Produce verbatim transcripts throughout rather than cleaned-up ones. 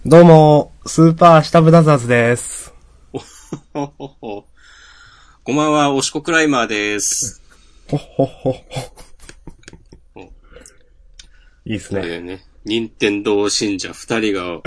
どうも、スーパーシタブラザーズです。 ほほほほ。こんばんは、おしこクライマーです。 ほほほほ。いいっすね。 これね、任天堂信者二人が、ね、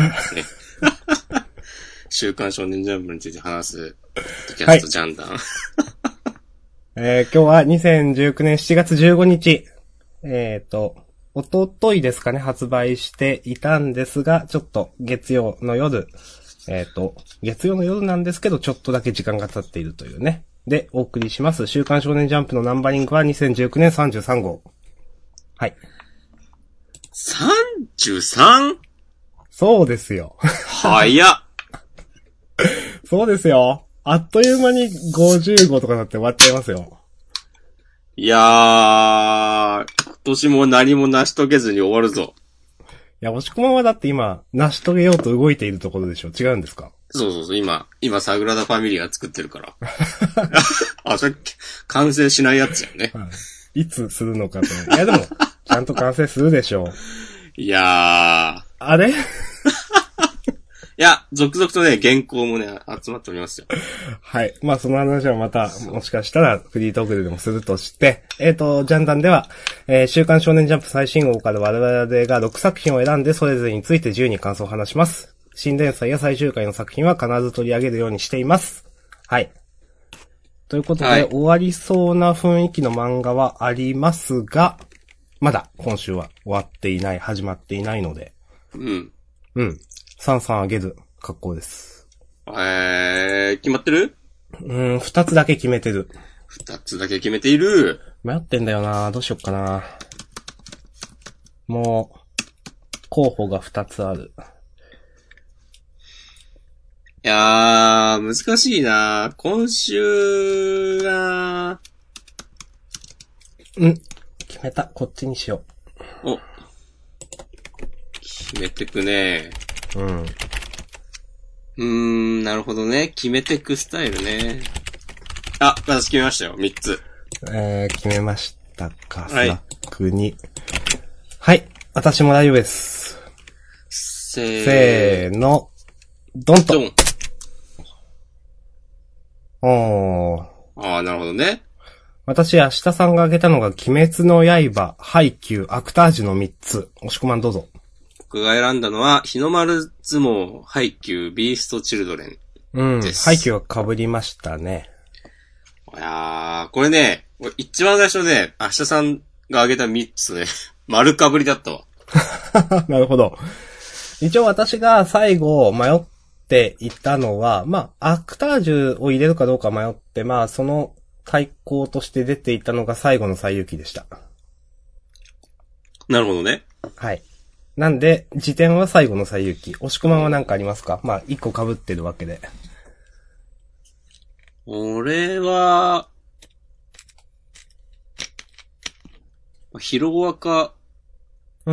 週刊少年ジャンプについて話す、ポッドキャストジャンダン。はい、 えー、今日はにせんじゅうきゅうねんしちがつじゅうごにち、えーと、おとといですかね、発売していたんですが、ちょっと月曜の夜、えっと、月曜の夜なんですけど、ちょっとだけ時間が経っているというね。で、お送りします。週刊少年ジャンプのナンバリングはにせんじゅうきゅうねんさんじゅうさんごう。はい。 さんじゅうさん? そうですよ。 早っ。 そうですよ。あっという間にごじゅうごとかなって終わっちゃいますよ。 いやー、今年も何も成し遂げずに終わるぞ。 いや、押し込まんはだって今、成し遂げようと動いているところでしょ。違うんですか？ そうそうそう、今、今、サグラダ・ファミリア作ってるから。あ、それ、完成しないやつやね。 はい、いつするのかと。いや、でも、ちゃんと完成するでしょう。 いやー。 あれいや、続々とね、原稿もね、集まっておりますよ。 はい。まあ、その話はまた、もしかしたら、フリートークでもするとして、えっと、ジャンダンでは、えー、週刊少年ジャンプ最新号から我々がろくさく品を選んで、それぞれについて自由に感想を話します。新連載や最終回の作品は必ず取り上げるようにしています。はい。ということで、はい、終わりそうな雰囲気の漫画はありますが、まだ今週は終わっていない、始まっていないので。 うん。 うん。三三あげる格好です。 えー、決まってる？ うーん、二つだけ決めてる。 二つだけ決めている。 迷ってんだよな。どうしよっかな。もう、候補が二つある。 いやー、難しいな。今週が、 うん。決めた。こっちにしよう。お。決めてくね。 うん。 うーん、なるほどね。決めてくスタイルね。あ、私決めましたよ。三つ。 えー、決めましたか。 はい。 スナックに。はい。私も大丈夫です。 せー、 せーの。ドンと。 ドン。 おー。 あー、なるほどね。 私、明日さんが挙げたのが、鬼滅の刃、ハイキュー、アクタージュの三つ。押し込まんどうぞ。 僕が選んだのは、日の丸相撲、ハイキュー、ビーストチルドレン。 うん。ハイキューは被りましたね。 いやー、これね、一番最初ね、明日さんが挙げた三つね、丸被りだったわ。 なるほど。一応私が最後迷っていたのは、まあ、アクタージュを入れるかどうか迷って、まあ、その対抗として出ていたのが最後の最遊記でした。 なるほどね。 はい。なんで、時点は最後の最遊記。押し込まんは何かありますか？まあ、一個被ってるわけで。 俺は、ヒロアカ。 うん。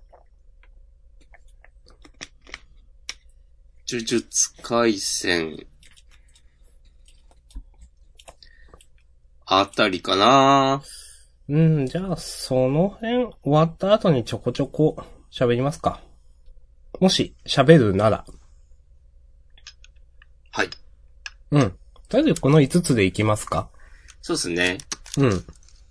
呪術廻戦。あたりかな。 うん、じゃあ、その辺終わった後にちょこちょこ喋りますか。もし、喋るなら。 はい。 うん。とりあえずこのいつつでいきますか。 そうですね。 うん。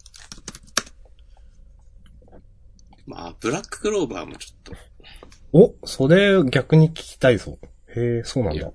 まあ、ブラッククローバーもちょっと。 お、それ逆に聞きたいぞ。へえ、そうなんだ。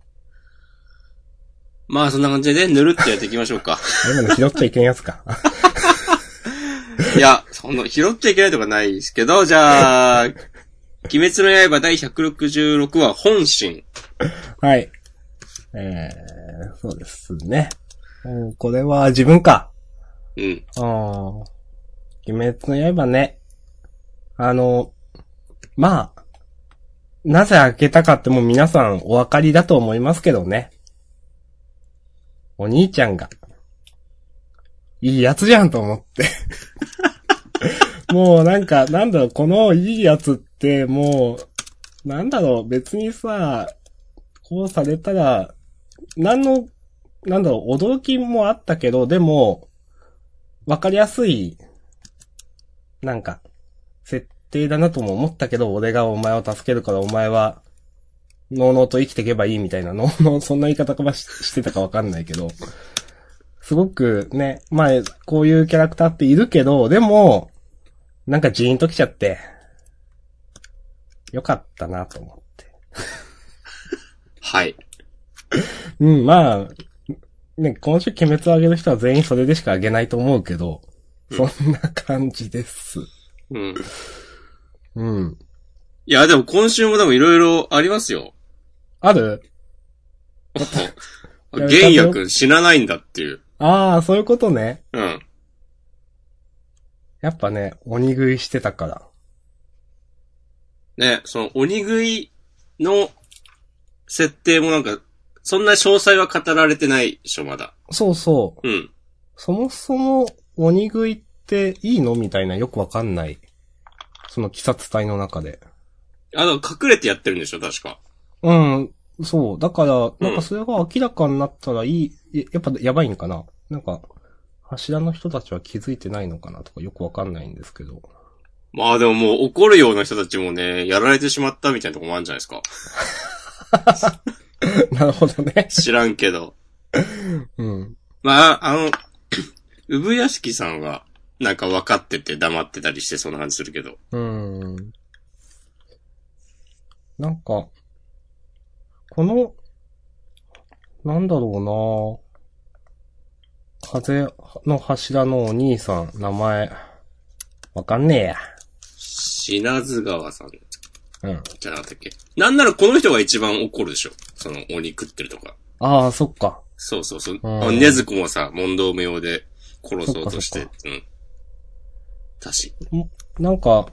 まあ、そんな感じでね、ぬるっとやっていきましょうか。 今の拾っちゃいけんやつか。 いや、その、拾っちゃいけないとかないですけど、じゃあ、鬼滅の刃第ひゃくろくじゅうろくわ本心。 はい。えー、そうですね。うん、これは自分か。 うん。 ああ。鬼滅の刃ね。あの、まあ、なぜ開けたかってもう皆さんお分かりだと思いますけどね。お兄ちゃんが、いいやつじゃんと思って。もうなんか、なんだろう、このいいやつってもう、なんだろう、別にさ、こうされたら、なんの、なんだろう、驚きもあったけど、でも、わかりやすい、なんか、設定だなとも思ったけど、俺がお前を助けるからお前はのうのうと生きていけばいいみたいなのうのう、そんな言い方かばししてたかわかんないけど、すごくね、まあ、こういうキャラクターっているけど、でも、なんかジーンときちゃって、よかったなと思って。 はい。 うん、まあ、ね、今週鬼滅をあげる人は全員それでしかあげないと思うけど、そんな感じです。 うん。 うん。 いや、でも今週もでもいろいろありますよ。 ある？ 玄也くん死なないんだっていう。 ああ、そういうことね。 うん。 やっぱね、鬼食いしてたから。 ね、その鬼食いの設定もなんか、そんな詳細は語られてないでしょ、まだ。 そうそう。 うん。 そもそも鬼食いっていいのみたいなよくわかんない。その鬼殺隊の中で。 あの、隠れてやってるんでしょ、確か。 うん。そう。だから、なんかそれが明らかになったらいい、うん、やっぱやばいんかな？なんか、柱の人たちは気づいてないのかなとかよくわかんないんですけど。 まあでももう怒るような人たちもね、やられてしまったみたいなとこもあるんじゃないですか。 なるほどね。 知らんけど。 うん。 まあ、あの、産屋敷さんは、なんか分かってて黙ってたりしてそんな感じするけど。 うん。なんか、この、なんだろうな風の柱のお兄さん、名前、わかんねえや。 品津川さん。 うん。 じゃなかったっけ？なんならこの人が一番怒るでしょ。その鬼食ってるとか。 ああ、そっか。 そうそうそう。 うん、 あ、ねずこもさ、問答無用で殺そうとして。うん。確かなんか、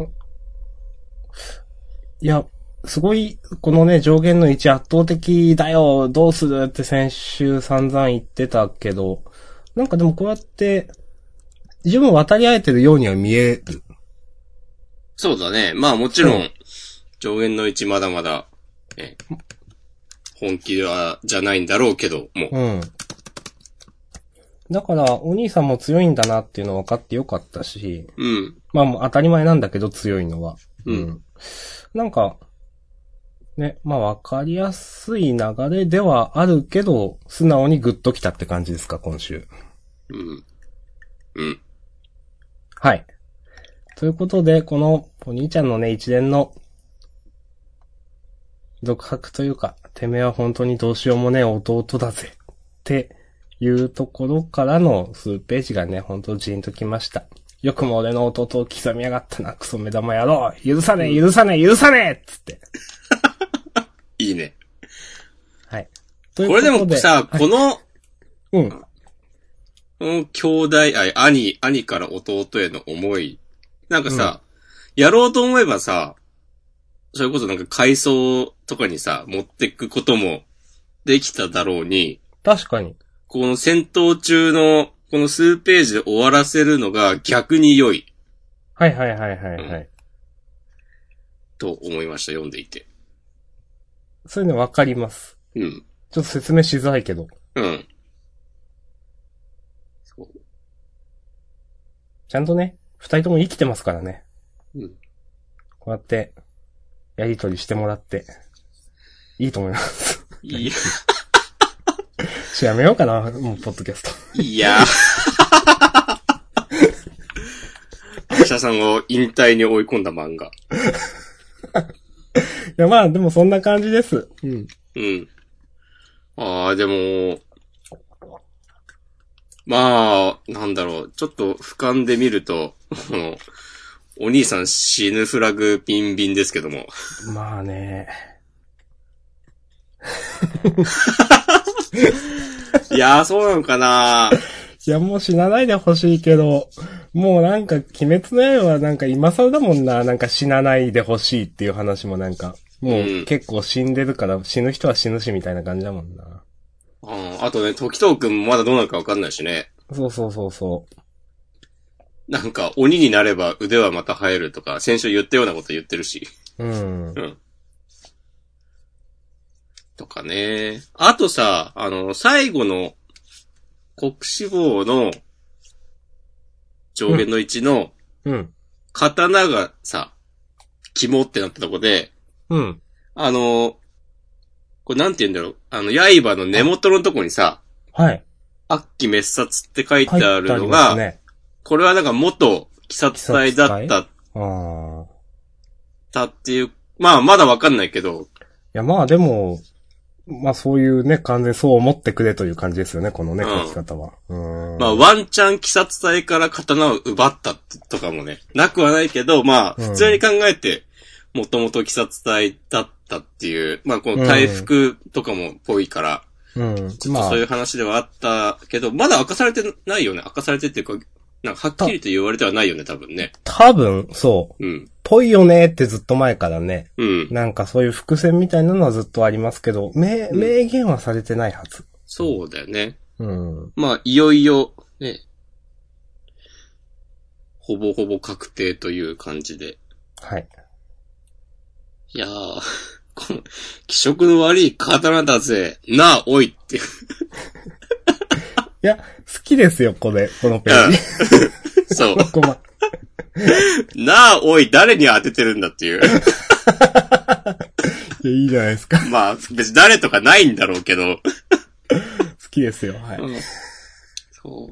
いや、すごい、このね、上限のいち圧倒的だよ、どうするって先週散々言ってたけど、なんかでもこうやって、自分渡り合えてるようには見える。 そうだね。まあもちろん、上限のいちまだまだ、ね、本気は、じゃないんだろうけど、もう。 うん。だから、お兄さんも強いんだなっていうの分かってよかったし、 うん。 まあもう当たり前なんだけど強いのは。 うん。うん、 なんか、ね、まあ分かりやすい流れではあるけど、素直にグッときたって感じですか、今週。 うん。うん。 はい。ということで、このお兄ちゃんのね、一連の独白というか、てめえは本当にどうしようもねえ弟だぜっていうところからの数ページがね、本当ジーンときました。よくも俺の弟を刻みやがったな、クソ目玉野郎許さねえ、許さねえ、許さねえつって。 いいね。 はい。 これでもさ、はい、この、 うん。 この兄弟愛、兄、兄から弟への思い。なんかさ、うん、やろうと思えばさ、それこそなんか階層とかにさ、持ってくこともできただろうに。 確かに。 この戦闘中の、この数ページで終わらせるのが逆に良い。 はいはいはいはいはい。うん、 と思いました、読んでいて。 そういうのわかります。 うん。 ちょっと説明しづらいけど。 うん。 そう。ちゃんとね、二人とも生きてますからね。 うん。 こうやって、やりとりしてもらって、いいと思います。 いや。 やめようかな、もう、ポッドキャスト。いや。アシャさんを引退に追い込んだ漫画。 いや、まあ、でもそんな感じです。うん。 うん。ああ、でも、まあ、なんだろう。ちょっと俯瞰で見ると、お兄さん死ぬフラグビンビンですけども。 まあね。 いやー、そうなのかないや、もう死なないでほしいけど、もうなんか、鬼滅の刃はなんか今更だもんな、なんか死なないでほしいっていう話もなんか、もう結構死んでるから死ぬ人は死ぬしみたいな感じだもんな。 うん、あとね、時藤くんもまだどうなるかわかんないしね。 そうそうそうそう。 なんか、鬼になれば腕はまた生えるとか、先週言ったようなこと言ってるし。 うん。 うん。とかね。あとさ、あの、最後の、国志望の、上限のいちの、 うん。 刀がさ、肝ってなったとこで、 うん。 あの、 これなんて言うんだろう。あの、刃の根元のとこにさ、 はい。 悪鬼滅殺って書いてあるのが、 書いてありますね。 これはなんか元鬼殺隊だった、 ああ。 たっていう、まあまだわかんないけど。 いやまあでも、まあそういうね、完全にそう思ってくれという感じですよね、このね、書き方は。うん。 まあワンチャン鬼殺隊から刀を奪ったとかもね、なくはないけど、まあ普通に考えて、もともと鬼殺隊だったっていう、まあこの回復とかもぽいから、うん。ちょっとそういう話ではあったけど、まだ明かされてないよね。明かされてっていうか、なんかはっきりと言われてはないよね、多分ね。 多分、そう。うん。ぽいよねってずっと前からね。うん。なんかそういう伏線みたいなのはずっとありますけど、明、明言はされてないはず。 そうだよね。 うん。 まあ、いよいよ、ね。ほぼほぼ確定という感じで。 はい。 いやー、この、気色の悪い刀だぜ。なあ、おいって。いや、好きですよ、これ、このページ。 うん、そう。このなあ、おい、誰に当ててるんだっていう。いや、いいじゃないですか。 まあ、別に誰とかないんだろうけど。好きですよ、はい。うん、 そう。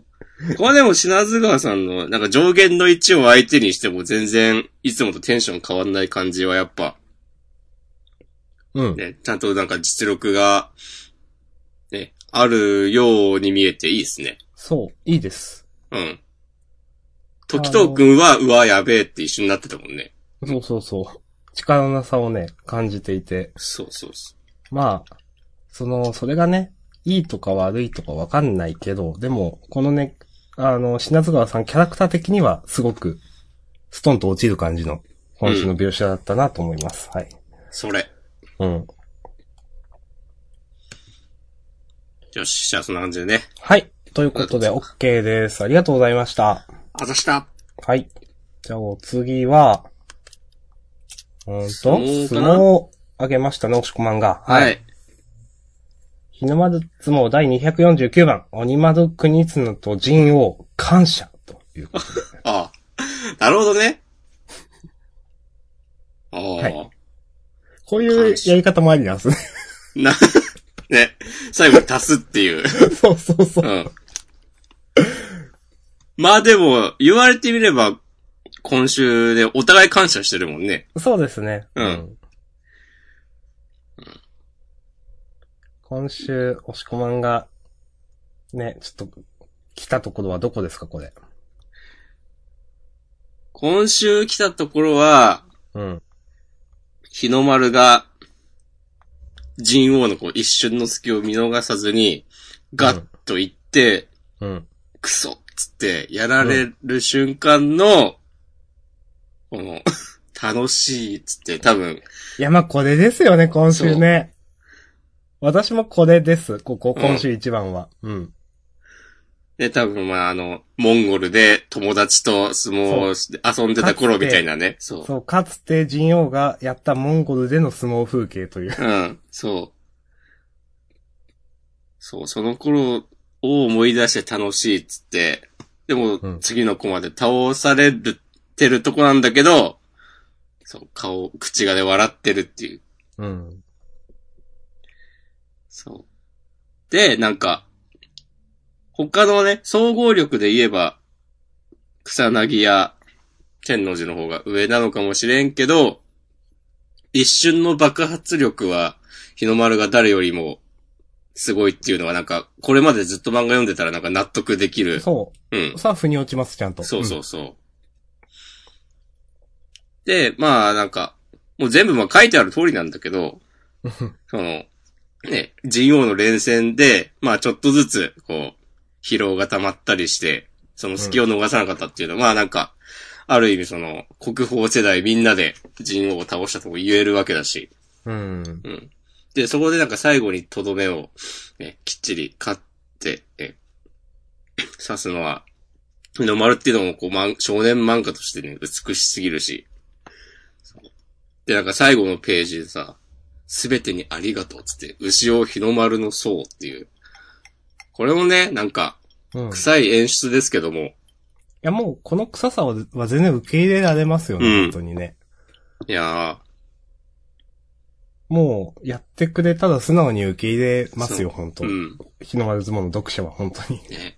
これでも品津川さんの、なんか上限のいちを相手にしても全然、いつもとテンション変わんない感じはやっぱ、うん。ね、ちゃんとなんか実力が、ね、あるように見えていいですね。 そう、いいです。 うん。時藤くんは、うわ、やべえって一緒になってたもんね。 そうそうそう。力のなさをね、感じていて。 そうそうそう。 まあ、その、それがね、いいとか悪いとかわかんないけど、でも、このね、あの、品津川さんキャラクター的にはすごく、ストンと落ちる感じの、今週の描写だったなと思います。うん、はい。 それ。 うん。 よし、じゃあそんな感じでね。 はい。ということで、OK です。ありがとうございました。 あざした。 はい。じゃあ、お次は、うんと、相撲をあげましたね、押し込まんが。 はい。はい、 日の丸相撲第にひゃくよんじゅうきゅうばん、鬼丸国綱と神王、感謝、ということで。 ああ。なるほどね。 ああ。はい。こういうやり方もありなんですね。 な、ね。最後に足すっていう。 そうそうそう。うん。 まあでも、言われてみれば、今週でお互い感謝してるもんね。 そうですね。 うん。うん、 今週、押し込まんが、ね、ちょっと、来たところはどこですか、これ。 今週来たところは、 うん。 日の丸が、神王のこう一瞬の隙を見逃さずに、ガッと言って、 うん。うん、 クソっつってやられる瞬間の、この、楽しいっつって多分。 いや、まあ、これですよね、今週ね。私もこれです、ここ、今週一番は。うん。うん、 で、多分まあ、あの、モンゴルで友達と相撲をして遊んでた頃みたいなね。そう。 そう、かつて神王がやったモンゴルでの相撲風景という。 うん、そう。そう、その頃を思い出して楽しいっつって、でも、次のコマで倒されるってるとこなんだけど、そう、顔、口がね、笑ってるっていう。 うん。 そう。で、なんか、他のね、総合力で言えば、草薙や天王寺の方が上なのかもしれんけど、一瞬の爆発力は、日の丸が誰よりも、すごいっていうのはなんか、これまでずっと漫画読んでたらなんか納得できる。 そう。 うん。 さあ、腑に落ちます、ちゃんと。 そうそうそう。うん、で、まあなんか、もう全部まあ書いてある通りなんだけど、その、ね、神王の連戦で、まあちょっとずつ、こう、疲労が溜まったりして、その隙を逃さなかったっていうのは、うん、まあなんか、ある意味その、国宝世代みんなで神王を倒したとも言えるわけだし。 うん。 うん。で、そこでなんか最後にとどめを、ね、きっちり勝って、え、刺すのは、日の丸っていうのもこう、ま、少年漫画としてね、美しすぎるし。で、なんか最後のページでさ、すべてにありがとうっつって、牛尾日の丸の層っていう。これもね、なんか、臭い演出ですけども。うん、いやもう、この臭さは全然受け入れられますよね、うん、本当にね。 いやー。 もう、やってくれたら素直に受け入れますよ、本当うん。 日の丸相撲の読者は、本当に。 ね。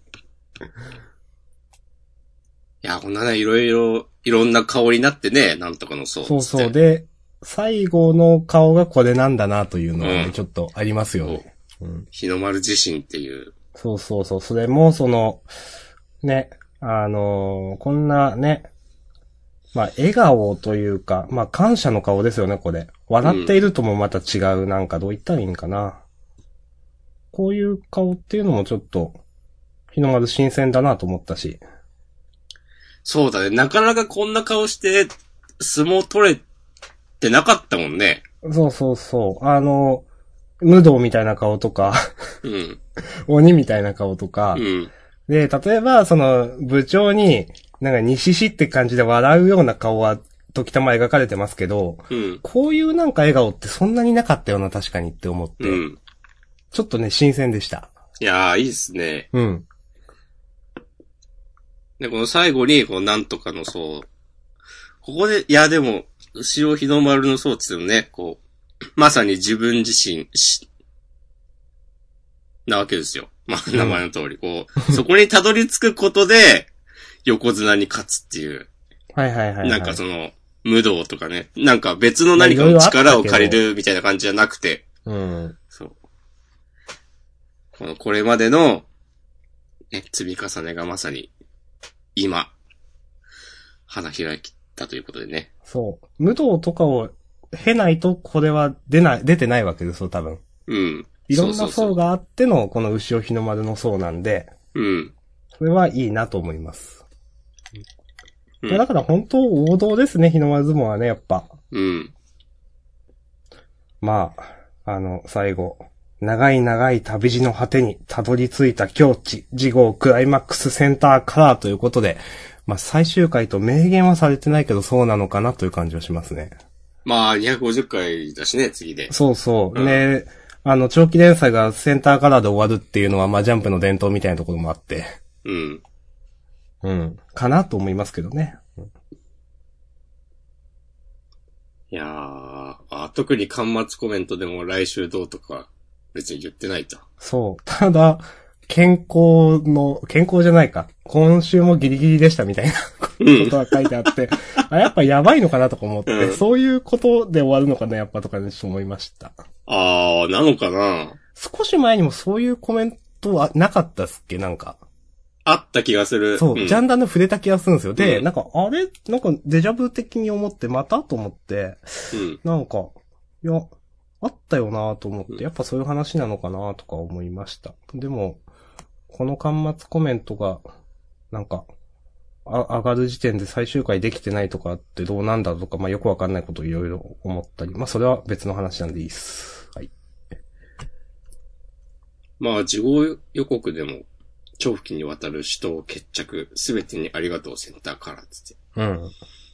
いや、こんなね、いろいろ、いろんな顔になってね、なんとかのそう。 そうそう。で、最後の顔がこれなんだなというのはね、 うんちょっとありますよね。うん、 日の丸自身っていう。 そうそうそう。それも、その、ね、あのーこんなね、まあ、笑顔というか、まあ、感謝の顔ですよね、これ。笑っているともまた違う、なんかどう言ったらいいんかな。こういう顔っていうのもちょっと、日の丸新鮮だなと思ったし。 そうだね。なかなかこんな顔して、相撲取れてなかったもんね。 そうそうそう。あの、無道みたいな顔とか、 うん。 鬼みたいな顔とか、 うん。 で、例えば、その、部長に、なんか、西しって感じで笑うような顔は、時たま描かれてますけど、 うん。 こういうなんか笑顔ってそんなになかったような、確かにって思って、 うん。 ちょっとね、新鮮でした。 いやー、いいっすね。 うん。 で、この最後に、このなんとかのそう。ここで、いや、でも、潮日の丸のそうって言ってもね、こう、まさに自分自身し、なわけですよ。まあ、名前の通り、こう、そこにたどり着くことで、横綱に勝つっていう。 はいはいはい、はい。 なんかその、無道とかね。なんか別の何かの力を借りるみたいな感じじゃなくて。 うん。 そう。この、これまでの、ね、積み重ねがまさに、今、花開きたということでね。 そう。無道とかを経ないと、これは出ない、出てないわけですよ、多分。 うん。 いろんな層があっての、この牛尾日の丸の層なんで、 うん。 それはいいなと思います。 うん、 まあだから本当王道ですね、日の丸相撲はね、やっぱ。 うん。 まあ、あの、最後。長い長い旅路の果てにたどり着いた境地、次号クライマックスセンターカラーということで、まあ最終回と明言はされてないけどそうなのかなという感じはしますね。 まあ、にひゃくごじゅっかいだしね、次で。 そうそう。 うん、 ね、あの、長期連載がセンターカラーで終わるっていうのは、まあジャンプの伝統みたいなところもあって。 うん。 うん。かなと思いますけどね。うん、 いやーあ、特に端末コメントでも来週どうとか別に言ってないと。 そう。ただ、健康の、健康じゃないか。今週もギリギリでしたみたいなことが書いてあって、あ、やっぱやばいのかなとか思って、うん、そういうことで終わるのかな、やっぱとかね、ちょっと思いました。 あー、なのかな。 少し前にもそういうコメントはなかったっすっけ、なんか。 あった気がする。 そう、うん、ジャンダンで触れた気がするんですよ。で、 うん、 なんか、あれなんかデジャブ的に思って、またと思って、 うん、 なんか、いや、あったよなと思って、やっぱそういう話なのかなとか思いました。でも、この端末コメントが、なんか、あ、上がる時点で最終回できてないとかってどうなんだとか、まあよくわかんないことをいろいろ思ったり、まあそれは別の話なんでいいっす。はい。 まあ、事後予告でも、長期にわたる死闘決着、すべてにありがとうセンターからつって。 うん。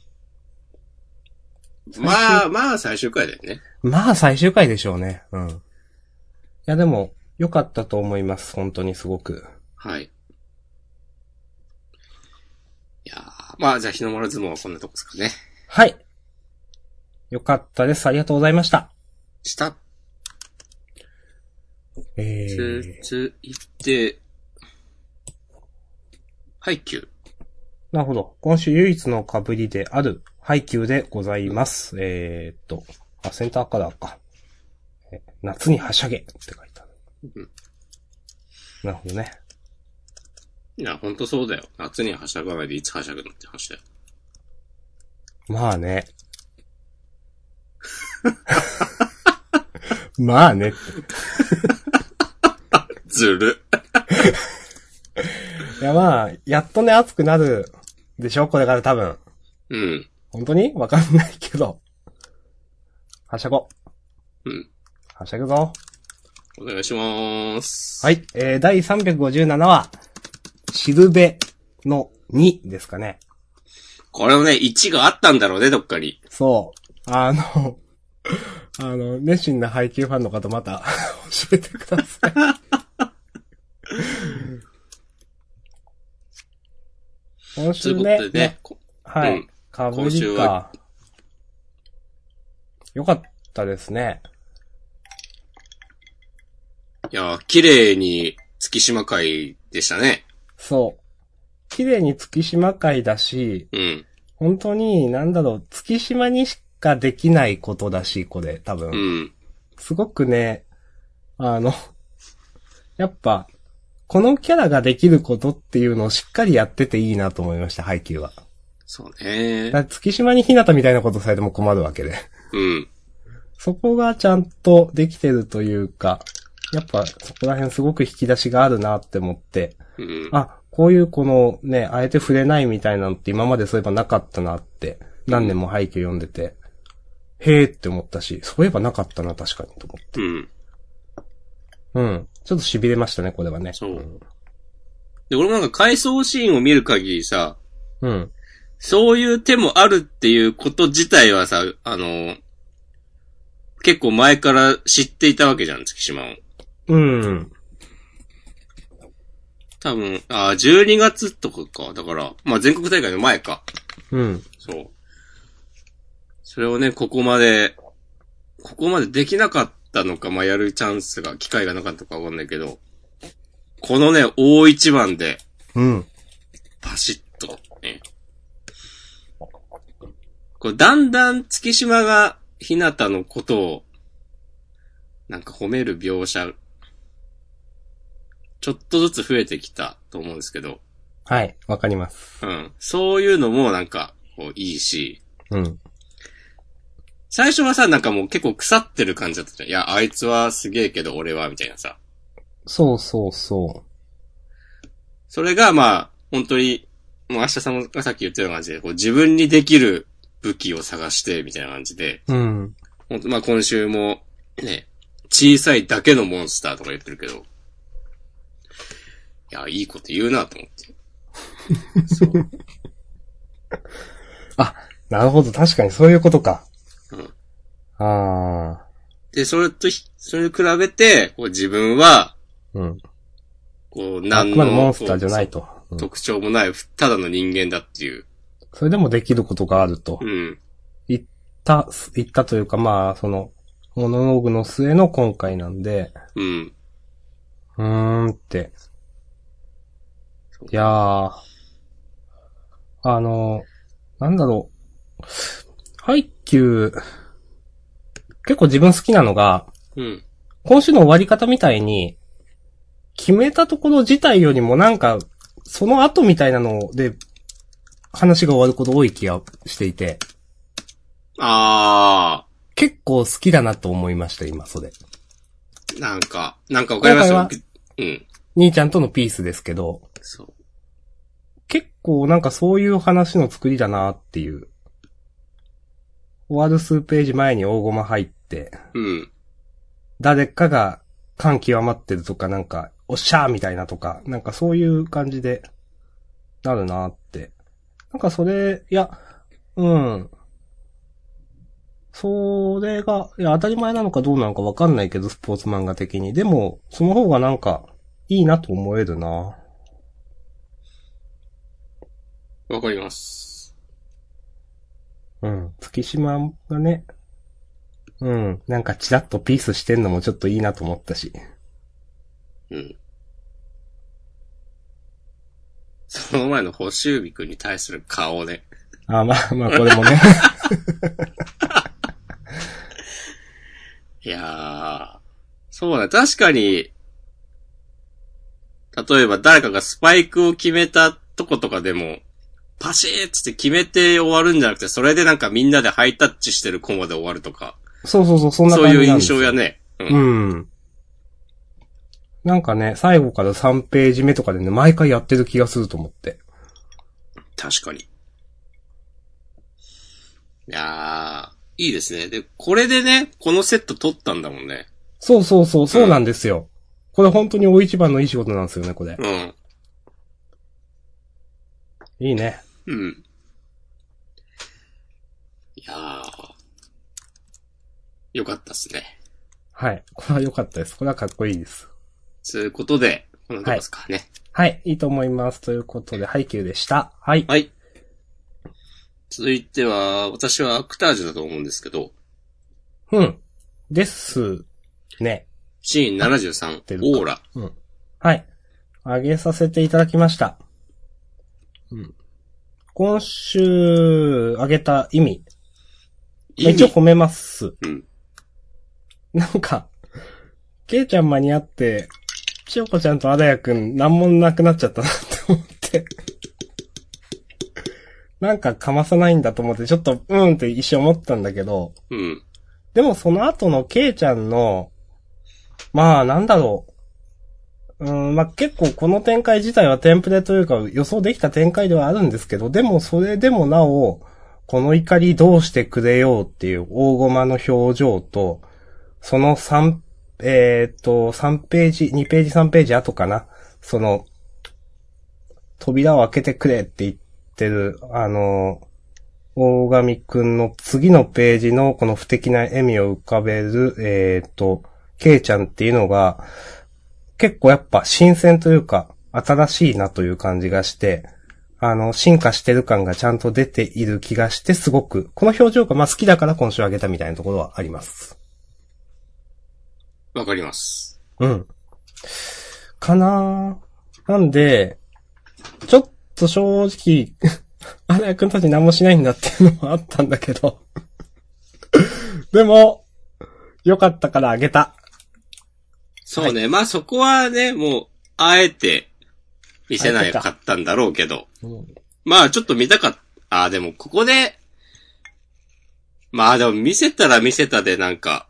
まあ、まあ最終回だよね。 まあ最終回でしょうね。うん。いやでも、良かったと思います。本当にすごく。 はい。いやー、まあじゃあ日の丸相撲はこんなとこですかね。 はい。良かったです。ありがとうございました。 した。 えー。 つ、つ、いって、ハイキュー。 なるほど。今週唯一の被りであるハイキューでございます。えーっと、あ、センターカラーか。夏にはしゃげって書いてある。うん、なるほどね。 いや、ほんとそうだよ。夏にはしゃがないでいつはしゃぐのって話だよ。 まあね。まあねって。 ずる。 いやまあ、やっとね、暑くなるでしょこれから多分。 うん。 本当にわかんないけど。はしゃご。 うん。 はしゃぐぞ。 お願いしまーす。 はい。えー、だいさんびゃくごじゅうなな話。しるべのにですかね。 これもね、いちがあったんだろうね、どっかに。 そう。あの、あの、熱心な配給ファンの方また教えてください。今週ね。 ということでね。 はい。かぶりか。よかったですね。 いや、綺麗に月島会でしたね。 そう。綺麗に月島会だし、 うん。 本当に、なんだろう、月島にしかできないことだし、これ、多分。 うん。 すごくね、あの、やっぱ、このキャラができることっていうのをしっかりやってていいなと思いました、配給は。 そうね。 だ月島に日向みたいなことされても困るわけで。 うん。 そこがちゃんとできてるというか、やっぱそこら辺すごく引き出しがあるなって思って、 うん。 あ、こういうこのね、あえて触れないみたいなのって今までそういえばなかったなって、何年も背景読んでて、へーって思ったし、そういえばなかったな確かにと思って。 うん。 うん。ちょっと痺れましたね、これはね。 そう。で、俺もなんか回想シーンを見る限りさ、 うん。 そういう手もあるっていうこと自体はさ、あの、結構前から知っていたわけじゃん、月島を。 うん。 多分、あ、じゅうにがつとかか。だから、まあ全国大会の前か。 うん。 そう。それをね、ここまで、ここまでできなかったのか、まあやるチャンスが、機会がなかったかわかんないけど、このね、大一番で、 うん。 パシッと、ね。これだんだん月島が、ひなたのことを、なんか褒める描写、ちょっとずつ増えてきたと思うんですけど。 はい、わかります。 うん。そういうのもなんか、こう、いいし。 うん。 最初はさ、なんかもう結構腐ってる感じだったじゃん。いや、あいつはすげえけど俺は、みたいなさ。 そうそうそう。それがまあ、本当に、もう明日さんがさっき言ったような感じで、こう自分にできる武器を探して、みたいな感じで。 う。うん。 本当まあ今週も、ね、小さいだけのモンスターとか言ってるけど。いや、いいこと言うなと思って。そう。 あ、なるほど。確かにそういうことか。 うん。 ああ。 で、それとひ、それに比べて、こう自分は、 うん。 こう、 あ何くまでモのンスターじゃないと。うん、 特徴もない、ただの人間だっていう。 それでもできることがあると。 うん。 言った、言ったというか、まあ、その、モノローグの末の今回なんで、 うん。 うーんって。いやー。あの、なんだろう。ハイキュー、結構自分好きなのが、 うん。 今週の終わり方みたいに、決めたところ自体よりもなんか、その後みたいなので、話が終わること多い気がしていて。 あ結構好きだなと思いました、今、それ。 ー。なんか、なんかわかりますよ。うん。 兄ちゃんとのピースですけど。 そう。 結構なんかそういう話の作りだなっていう。終わる数ページ前に大駒入って。 うん。 誰かが感極まってるとかなんか、おっしゃーみたいなとか、なんかそういう感じで、なるなって。なんかそれ、いや、うん。それが、いや、当たり前なのかどうなのかわかんないけど、スポーツ漫画的に。でも、その方がなんか、いいなと思えるな。 わかります。 うん。月島がね、うん。なんかチラッとピースしてんのもちょっといいなと思ったし。 うん。その前の補修日くんに対する顔ね。 あ、まあまあ、これもね。 いやー。そうだ、確かに、例えば誰かがスパイクを決めたとことかでも、パシーッつって決めて終わるんじゃなくて、それでなんかみんなでハイタッチしてるコマで終わるとか。 そうそうそう、そんな感じそういうなんですよ。 印象やね。 うん。うん。なんかね、最後からさんページ目とかでね、毎回やってる気がすると思って。 確かに。いやー、いいですね。で、これでね、このセット取ったんだもんね。 そうそうそう、そうなんですよ。うん、これ本当に大一番のいい仕事なんですよね、これ。 うん。 いいね。 うん。いやー、よかったっすね。 はい。これは良かったです。これはかっこいいです。 ということで、このとこですかね。 はい。はい、いいと思います。ということで、ハイキューでした。はい。 はい。続いては、私はアクタージュだと思うんですけど。 うん。ですね。 シーンななじゅうさん、オーラ。 うん。はい。あげさせていただきました。うん。今週、あげた意味。意味一応褒めます。 うん。 なんか、ケイちゃん間に合って、千代子ちゃんとアダヤくんなんもなくなっちゃったなって思って。なんかかまさないんだと思って、ちょっと、うーんって一瞬思ったんだけど。 うん。 でもその後のケイちゃんの、まあなんだろう。うん、まあ結構この展開自体はテンプレというか予想できた展開ではあるんですけど、でもそれでもなお、この怒りどうしてくれようっていう大駒の表情と、そのさん、えー、っと、さんページ、にページさんページ後かな。その、扉を開けてくれって言ってる、あの、大神くんの次のページのこの不敵な笑みを浮かべる、えー、っと、ケイちゃんっていうのが、結構やっぱ新鮮というか、新しいなという感じがして、あの、進化してる感がちゃんと出ている気がして、すごく、この表情がまあ好きだから今週あげたみたいなところはあります。 わかります。 うん。かなぁ。なんで、ちょっと正直、アナヤくんたち何もしないんだっていうのもあったんだけど。でも、よかったからあげた。 そうね。はい、まあそこはね、もう、あえて見せないかったんだろうけど。うん、まあちょっと見たかった。ああ、でもここで、まあでも見せたら見せたでなんか、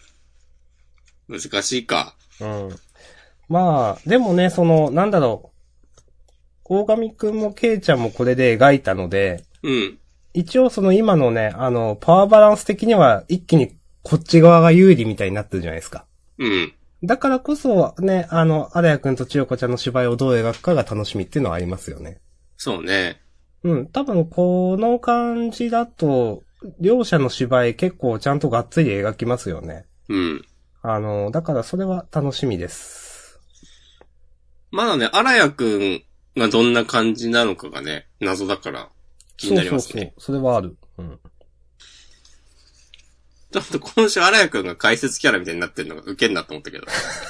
難しいか。 うん。まあ、でもね、その、なんだろう。大神くんもケイちゃんもこれで描いたので、 うん。 一応その今のね、あの、パワーバランス的には一気にこっち側が有利みたいになってるじゃないですか。 うん。 だからこそね、あの、アラヤくんと千代子ちゃんの芝居をどう描くかが楽しみっていうのはありますよね。 そうね。 うん、多分この感じだと、両者の芝居結構ちゃんとがっつり描きますよね。 うん。 あの、だからそれは楽しみです。 まだね、荒谷くんがどんな感じなのかがね、謎だから気になりますね。そうそうそう、 それはある。うん。 ちょっと今週荒谷くんが解説キャラみたいになってるのがウケんなと思ったけど。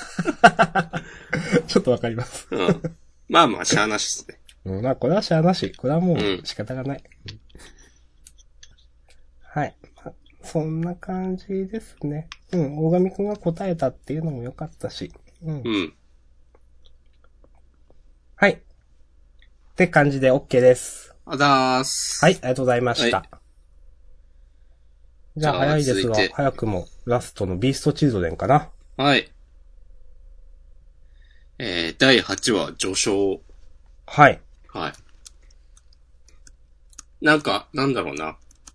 ちょっとわかります。 うん。まあまあ、しゃーなしですね。 うん、まあこれはしゃーなし。これはもう仕方がない。うん、はい。まあ、そんな感じですね。うん、大神くんが答えたっていうのも良かったし。うん。 うん。 はい。って感じで OK です。 あだーす。 はい、ありがとうございました。はい、じゃあ早いですが、早くもラストのビーストチルドレンかな。 はい。えー、だいはちわ、序章。 はい。 はい。なんか、なんだろうな。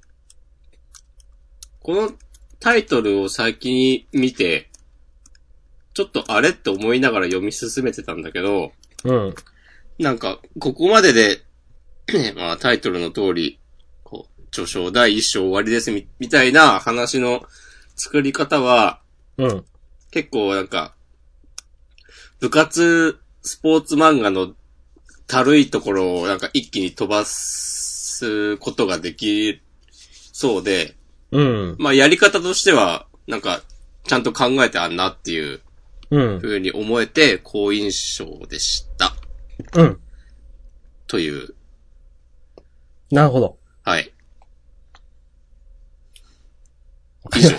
このタイトルを先に見て、ちょっとあれって思いながら読み進めてたんだけど、 うん。 なんか、ここまでで、まあタイトルの通り、こう、序章だいいっ章終わりですみ、みたいな話の作り方は、 うん。 結構なんか、部活スポーツ漫画のたるいところをなんか一気に飛ばすことができそうで、 うん。 まあやり方としては、なんか、ちゃんと考えてあんなっていう、うん。風に思えて、好印象でした。 うん。 という。 なるほど。 はい。以上です。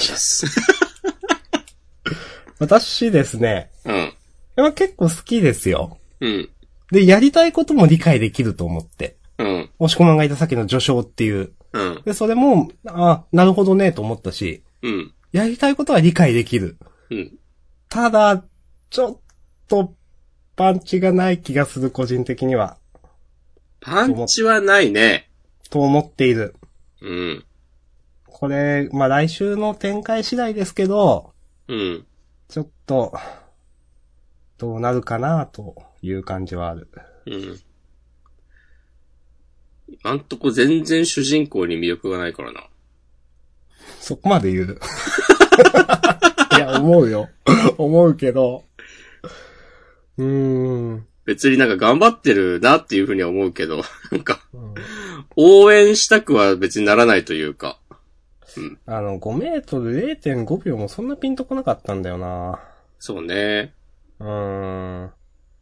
私ですね。 うん。 まあ、結構好きですよ。 うん。 で、やりたいことも理解できると思って。 うん。 押し込まんがいたさっきの序章っていう。 うん。 で、それも、あ、なるほどね、と思ったし。 うん。 やりたいことは理解できる。 うん。 ただ、ちょっと、パンチがない気がする、個人的には。 パンチはないね。 と思っている。 うん。 これ、まあ、来週の展開次第ですけど、 うん。 ちょっと、どうなるかなという感じはある。 うん。今んとこ全然主人公に魅力がないからな。 そこまで言う。いや、思うよ。思うけど。うーん。 別になんか頑張ってるなっていうふうには思うけど、なんか、うん、応援したくは別にならないというか。うん、 あの、ごメートル れいてんごびょうもそんなピンとこなかったんだよな。 そうね。 うーん。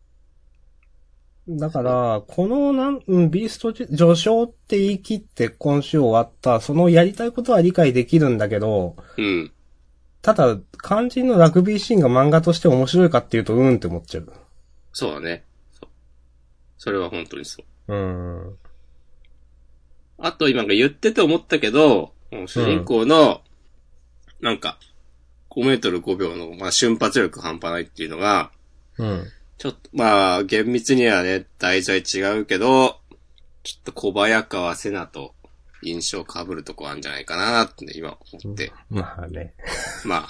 だから、このなん、うんビースト序章って言い切って今週終わった、そのやりたいことは理解できるんだけど、 うん。 ただ、肝心のラグビーシーンが漫画として面白いかっていうと、うーんって思っちゃう。 そうだね。そう。それは本当にそう。 うーん。 あと今が言ってて思ったけど、主人公の、なんか、ごメートルごびょうの、まあ、瞬発力半端ないっていうのが、 うん。 ちょっと、まあ、厳密にはね、題材違うけど、ちょっと小早川瀬名と印象被るとこあるんじゃないかなってね、今思って。 まあね。 まあ。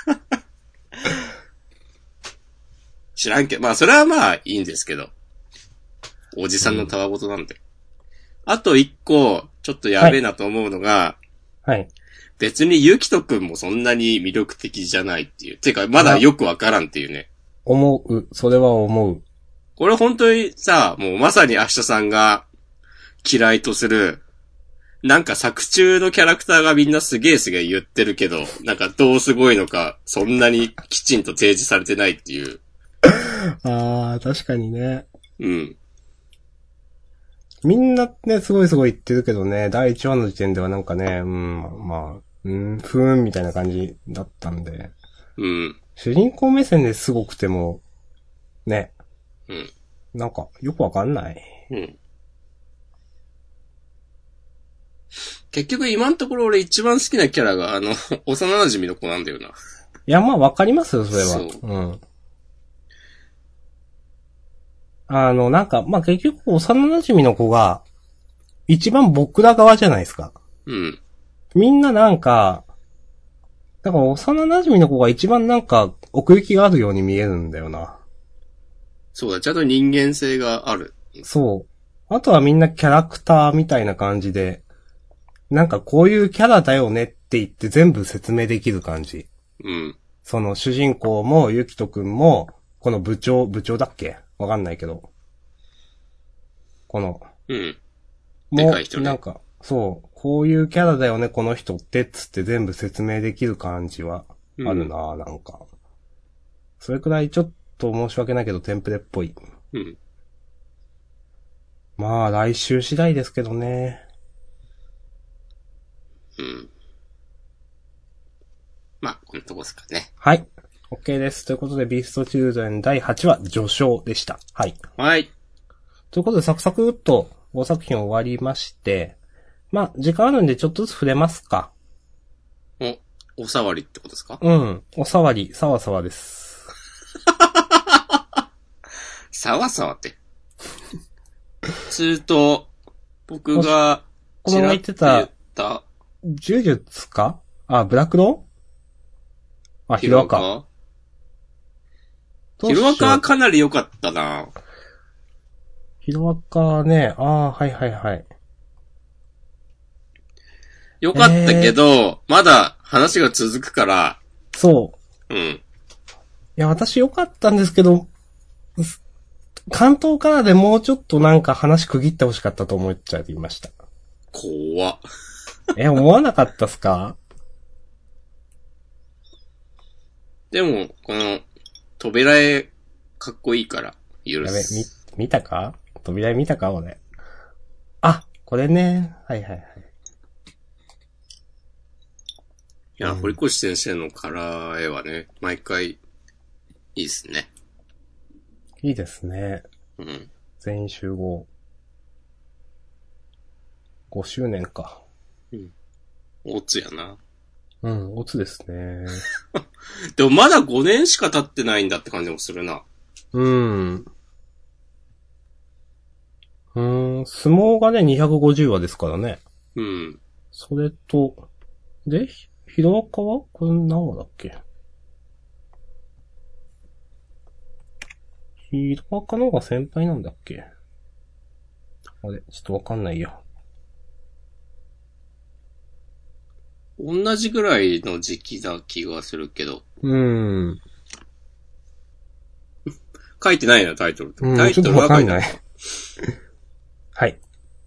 知らんけど、まあ、それはまあ、いいんですけど。おじさんのたわごとなんで。うん、あと一個、ちょっとやべえなと思うのが、 はい。はい、 別にゆきとくんもそんなに魅力的じゃないっていう。てか、まだよくわからんっていうね。 思う。それは思う。 これ本当にさ、もうまさに明日さんが嫌いとする、なんか作中のキャラクターがみんなすげえすげえ言ってるけど、なんかどうすごいのか、そんなにきちんと提示されてないっていう。 ああ、確かにね。 うん。 みんなね、すごいすごい言ってるけどね、だいいちわの時点ではなんかね、うん、まあ、うん、ふーんみたいな感じだったんで。 うん。 主人公目線ですごくても、ね。 うん。 なんか、よくわかんない。 うん。結局今のところ俺一番好きなキャラがあの、幼馴染の子なんだよな。いや、まあわかりますよ、それは。 そう。 うん。あの、なんか、まあ結局幼馴染の子が、一番僕ら側じゃないですか。 うん。 みんななんか、だから幼馴染の子が一番なんか奥行きがあるように見えるんだよな。 そうだ、ちゃんと人間性がある。 そう。あとはみんなキャラクターみたいな感じで、なんかこういうキャラだよねって言って全部説明できる感じ。 うん。 その主人公もゆきとくんも、この部長、部長だっけわかんないけど。この、 うん。 もでかい人う、 ね。 なんか、そう、こういうキャラだよね、この人ってっつって全部説明できる感じはあるなぁ、うん、なんか。それくらいちょっと申し訳ないけどテンプレっぽい。 うん。 まあ、来週次第ですけどね。 うん。まあ、こんなとこですかね。 はい。OK です。ということで、ビーストチルドレンだいはちわ、序章でした。はい。 はい。 ということで、サクサクっとごさく品終わりまして、まあ、時間あるんでちょっとずつ触れますか。 お、おさわりってことですか？ うん。おさわり、さわさわです。 さわさわって。つーと、僕が、 この前言ってた、 言った呪術かあ、ブラクロあ、ヒロアカ。 ヒロアカはかなり良かったな。 ヒロアカね、ああ、はいはいはい。 良かったけど、えー、まだ話が続くから。 そう。 うん。 いや、私良かったんですけど、関東からでもうちょっとなんか話区切ってほしかったと思っちゃいました。 怖っ。 え、思わなかったっすか？ でも、この、扉絵、かっこいいから、許す。 やべ、み、見たか？扉絵見たか俺。あ、これね。はいはいはい。 いや、うん、堀越先生のカラー絵はね、毎回、いいですね。 いいですね。 うん。 全員集合。ごしゅうねんか。 うん。オツやな。 うん、オツですね。 でもまだごねんしか経ってないんだって感じもするな。 うん。うーん、相撲がね、にひゃくごじゅうわですからね。 うん。 それと、で、ヒロアカはこれ何話だっけ？ヒロアカの方が先輩なんだっけ？あれ、ちょっとわかんないや。 同じぐらいの時期だ気がするけど。 うーん。 書いてないな、タイトル。 うん、 タイトルは書いてない。 はい。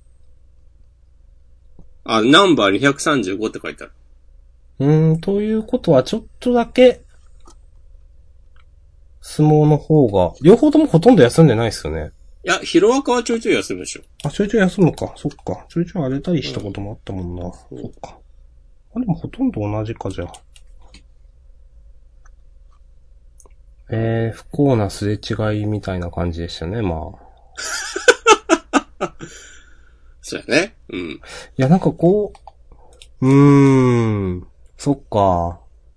あ、ナンバーにひゃくさんじゅうごって書いてある。 うーん、ということはちょっとだけ、 相撲の方が、両方ともほとんど休んでないですよね。 いや、ヒロアカはちょいちょい休むでしょ。 あ、ちょいちょい休むか。そっか。ちょいちょい荒れたりしたこともあったもんな。うん、そっか。あ、でもほとんど同じか、じゃあ。えー、不幸なすれ違いみたいな感じでしたね、まあ。そうやね。うん。いや、なんかこう、うーん、そっか。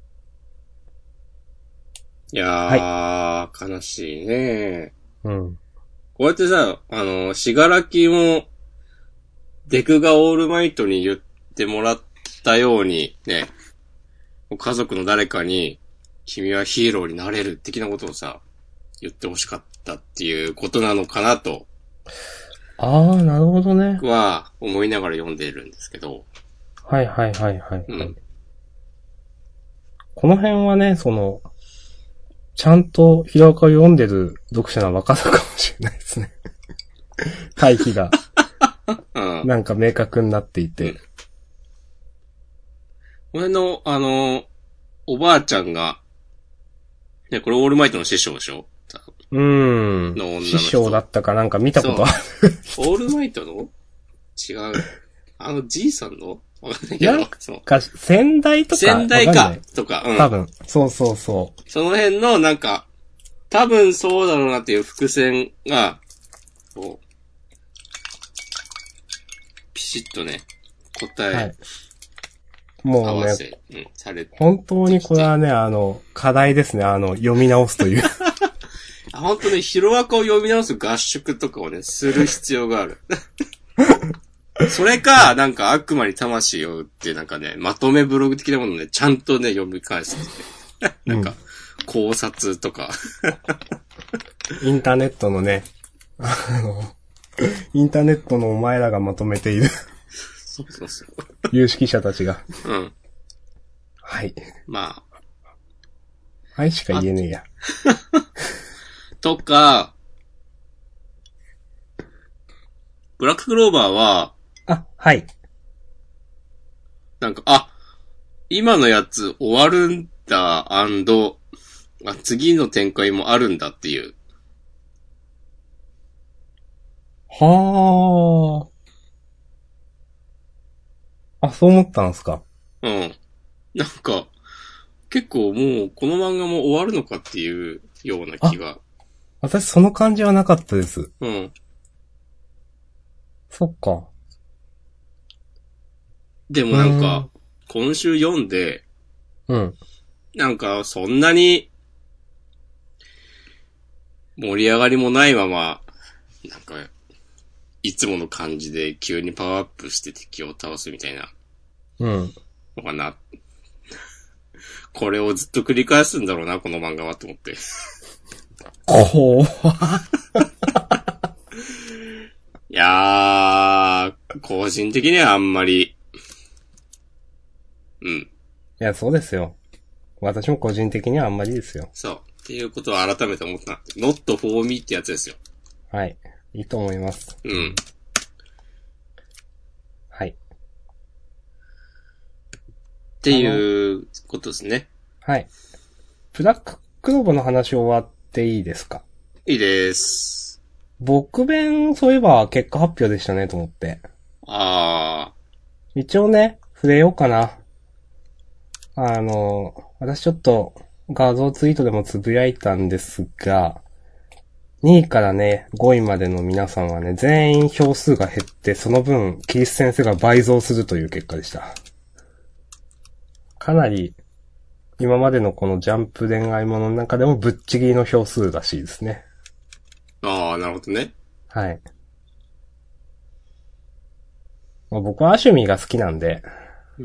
いやー、はい、悲しいね。 うん。 こうやってさ、あの、しがらきも、デクがオールマイトに言ってもらったように、ね、家族の誰かに、君はヒーローになれる的なことをさ、言ってほしかったっていうことなのかなと。 あー、なるほどね。 僕は思いながら読んでいるんですけど。 はいはいはいはい、はい。 うん。 この辺はね、その、ちゃんとヒロアカを読んでる読者は分かるかもしれないですね。対比が、なんか明確になっていて。うん、 俺の、あの、おばあちゃんが、ね、これオールマイトの師匠でしょ？ うーん。の女の人師匠だったかなんか見たことある。 オールマイトの違う。あのじいさんのわかんないけど。なんか、先代とか先代かとか、 うん。多分。そうそうそう。 その辺のなんか、多分そうだろうなっていう伏線が、こう、ピシッとね、答え、はい、もうね、うん、されて本当にこれはね、あの、課題ですね、あの、読み直すという。 本当にヒロアカを読み直す合宿とかをね、する必要がある。それか、なんか悪魔に魂を売って、なんかね、まとめブログ的なものをね、ちゃんとね、読み返す、ね。なんか、考察とか。 インターネットのね、あの、インターネットのお前らがまとめている。 そうそうそう。 有識者たちが。 うん。 はい。 まあ。 はいしか言えねえや。 とか、ブラッククローバーは、 あ、はい。 なんか、あ、今のやつ終わるんだ、アンド、あ、次の展開もあるんだっていう。 はあ。あ、そう思ったんすか？ うん。なんか、結構もうこの漫画も終わるのかっていうような気が。 私その感じはなかったです。 うん。 そっか。 でもなんか、今週読んで、 うん。 なんかそんなに、盛り上がりもないまま、なんか、いつもの感じで急にパワーアップして敵を倒すみたいな。 うん。 のかな。これをずっと繰り返すんだろうな、この漫画は、と思って。 こわいやー、個人的にはあんまり、うん。いや、そうですよ。私も個人的にはあんまりですよ。 そう。っていうことを改めて思った。not for me ってやつですよ。 はい。いいと思います。 うん。 はい。 っていうことですね。 はい。ブラッククローバーの話終わっていいですか？ いいです。 僕弁、そういえば結果発表でしたねと思って。 あー。一応ね、触れようかな。あの、私ちょっと画像ツイートでもつぶやいたんですが、にいからね、ごいまでの皆さんはね、全員票数が減って、その分、キリス先生が倍増するという結果でした。かなり、今までのこのジャンプ恋愛ものの中でもぶっちぎりの票数らしいですね。 あ。ああ、なるほどね。 はい。まあ、僕はアシュミーが好きなんで、 うん。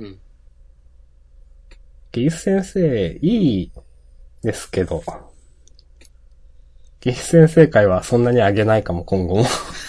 キリス先生、いいですけど、キリス先生会はそんなに上げないかも、今後も。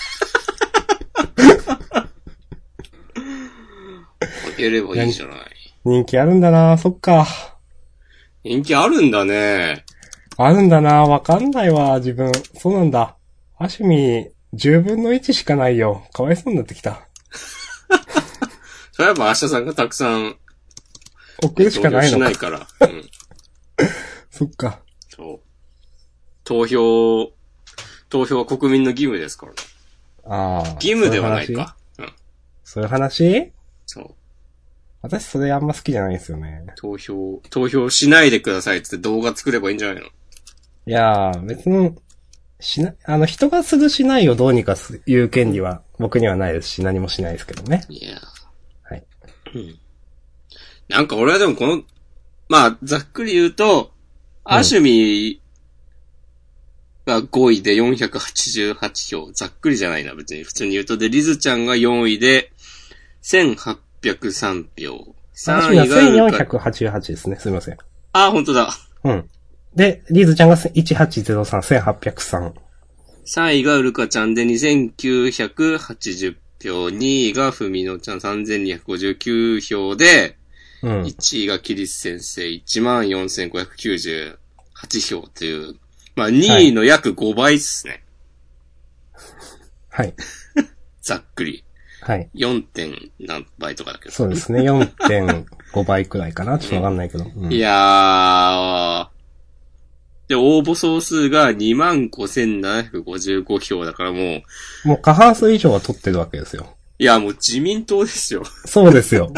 上げればいいじゃない。 人気あるんだな、そっか。 人気あるんだね。 あるんだな、わかんないわ、自分。そうなんだ。アシュミー、じゅうぶんのいちしかないよ。かわいそうになってきた。 それはやっぱ明日さんがたくさん、 送るしかないのか。 しないから。うん。 そっか。 そう。 投票、投票は国民の義務ですからね。 ああ。 義務ではないか。うん。 そういう話？ そう。 私それあんま好きじゃないんですよね。 投票、投票しないでくださいって動画作ればいいんじゃないの？ いやー、別に、しな、あの、人がするしないをどうにかす言う権利は僕にはないですし、何もしないですけどね。 いやはい。 うん。なんか俺はでもこの、まあ、ざっくり言うと、アシュミがごいでよんひゃくはちじゅうはち票。ざっくりじゃないな、別に。普通に言うと。で、リズちゃんがよんいでせんはっぴゃくさん票。さんいがせんよんひゃくはちじゅうはちですね。すみません。 あ、本当だ。 うん。で、リズちゃんがいちはちゼロさん、せんはっぴゃくさん。 さんいがウルカちゃんでにせんきゅうひゃくはちじゅう票。にいがフミノちゃんさんぜんにひゃくごじゅうきゅう票で、うん、いちいがキリス先生 いちまんよんせんごひゃくきゅうじゅうはち票という、まあにいの約ごばいっすね。 はい。 ざっくり。 はい。 よん. 点何倍とかだけど。 そうですね。よんてんご 倍くらいかな。ちょっとわかんないけど。うん、 いやー。で、応募総数が にまんごせんななひゃくごじゅうご票だからもう。もう過半数以上は取ってるわけですよ。 いや、もう自民党ですよ。 そうですよ。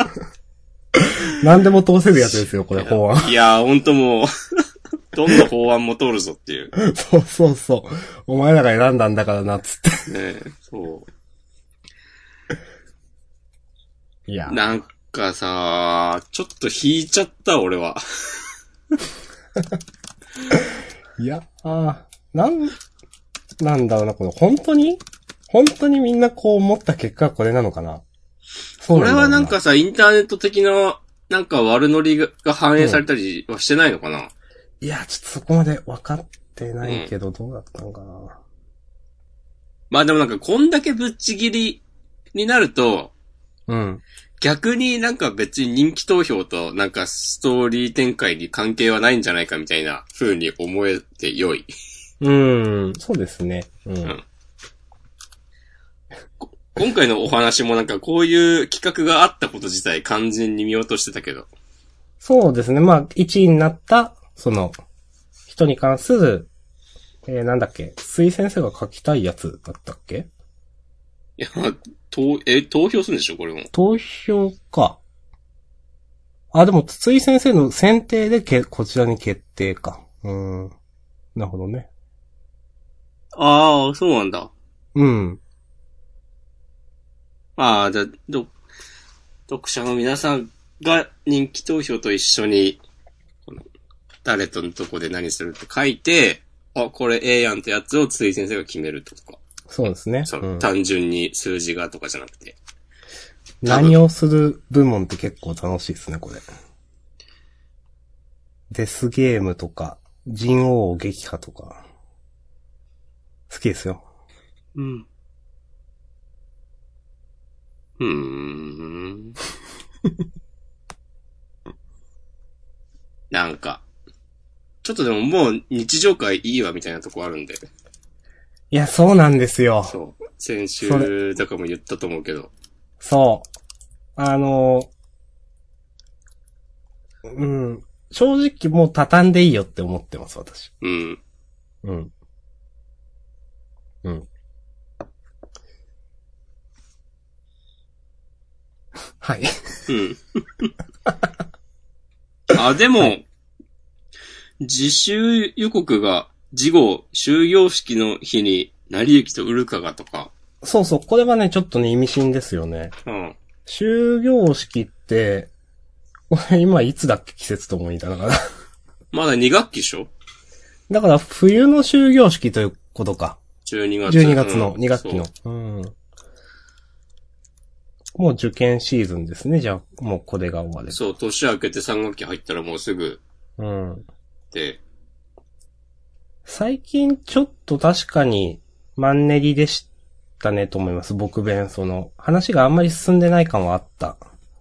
何でも通せるやつですよ、これ、法案。 いやー、ほんともう、どんな法案も通るぞっていう。 そうそうそう。お前らが選んだんだからな、つって。 ねえ、そう。 いや。 なんかさ、ちょっと引いちゃった、俺は。 いや、あなん、なんだろうな、これ、本当に本当にみんなこう思った結果はこれなのかな？ そうなんだろうな。これはなんかさ、インターネット的な、なんか悪ノリが反映されたりはしてないのかな？うん、 いや、ちょっとそこまで分かってないけど、どうだったのかな、うん、 まあでもなんかこんだけぶっちぎりになると、 うん。 逆になんか別に人気投票となんかストーリー展開に関係はないんじゃないかみたいな風に思えて良い。 うーん、そうですね。うん。うん今回のお話もなんかこういう企画があったこと自体完全に見落としてたけど。 そうですね。まあ、いちいになった、その、人に関する、えー、なんだっけ、水先生が書きたいやつだったっけ？ いや、投、え、投票するんでしょこれも。 投票か。あ、でも、筒井先生の選定でけ、こちらに決定か。うーん。なるほどね。 ああ、そうなんだ。 うん。 ああ、じゃあ、ど、読者の皆さんが人気投票と一緒に、この誰とのとこで何するって書いて、あ、これええやんってやつを筒井先生が決めるってことか。 そうですね。 そう、うん、単純に数字がとかじゃなくて。 何をする部門って結構楽しいですね、これ。デスゲームとか、人王撃破とか。好きですよ。 うん。うーん。なんか、ちょっとでももう日常会いいわみたいなとこあるんで。 いや、そうなんですよ。 そう。先週だかも言ったと思うけど。 そう。あの、うん。正直もう畳んでいいよって思ってます、私。 うん。 うん。うん。はい。 うん。あ、でも、はい、自習予告が次号終業式の日に成行とウルカがとか。 そうそう、これはね、ちょっとね、意味深ですよね。 うん。 終業式って、これ今いつだっけ季節とも言いたながら。 まだに学期でしょ？ だから冬の終業式ということか。 じゅうにがつ。 じゅうにがつのに学期の。うん。もう受験シーズンですね。じゃあ、もうこれが終わる。 そう、年明けてさん学期入ったらもうすぐ。 うん。 で。 最近ちょっと確かにマンネリでしたねと思います。僕弁、その、話があんまり進んでない感はあった。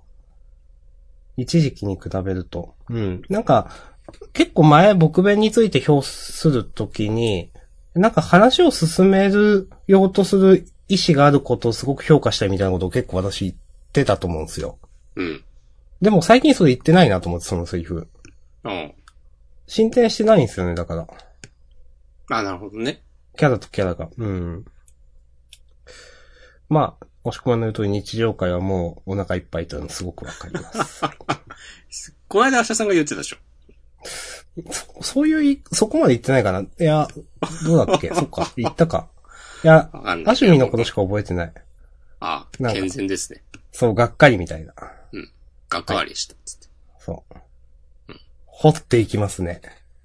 一時期に比べると。うん。なんか、結構前僕弁について評するときに、なんか話を進めるようとする意思があることをすごく評価したいみたいなことを結構私言ってたと思うんですよ。 うん。 でも最近それ言ってないなと思って、そのセリフ。 うん。 進展してないんですよね、だから。 あ、なるほどね。 キャラとキャラが。うん。まあ、押し込まんの言う通り日常会はもうお腹いっぱいというのすごくわかります。 この間明日さんが言ってたでしょ。 そ, そういうい、そこまで言ってないかな。いや、どうだっけそっか、言ったか。いや、アシュミのことしか覚えてない。 ああ、健全ですね。 そう、がっかりみたいな。 うん。がっかりした、つって、はい。 そう。うん。掘っていきますね。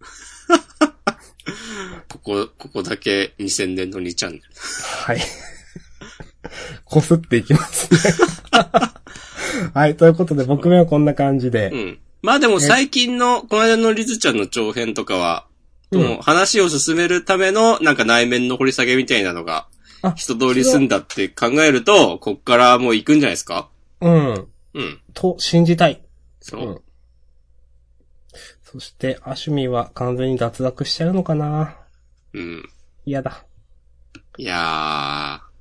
ここ、ここだけにせんねんのにチャンネル。 はい。こすっていきますね。はい、ということで僕はこんな感じで。 うん。まあでも最近の、この間のリズちゃんの長編とかは、うん、話を進めるためのなんか内面の掘り下げみたいなのが、一通り済んだって考えると、こっからもう行くんじゃないですか？ うん。 うん。 と、信じたい。 そう。うん、 そして、アシュミは完全に脱落しちゃうのかな？ うん。 嫌だ。 いやー。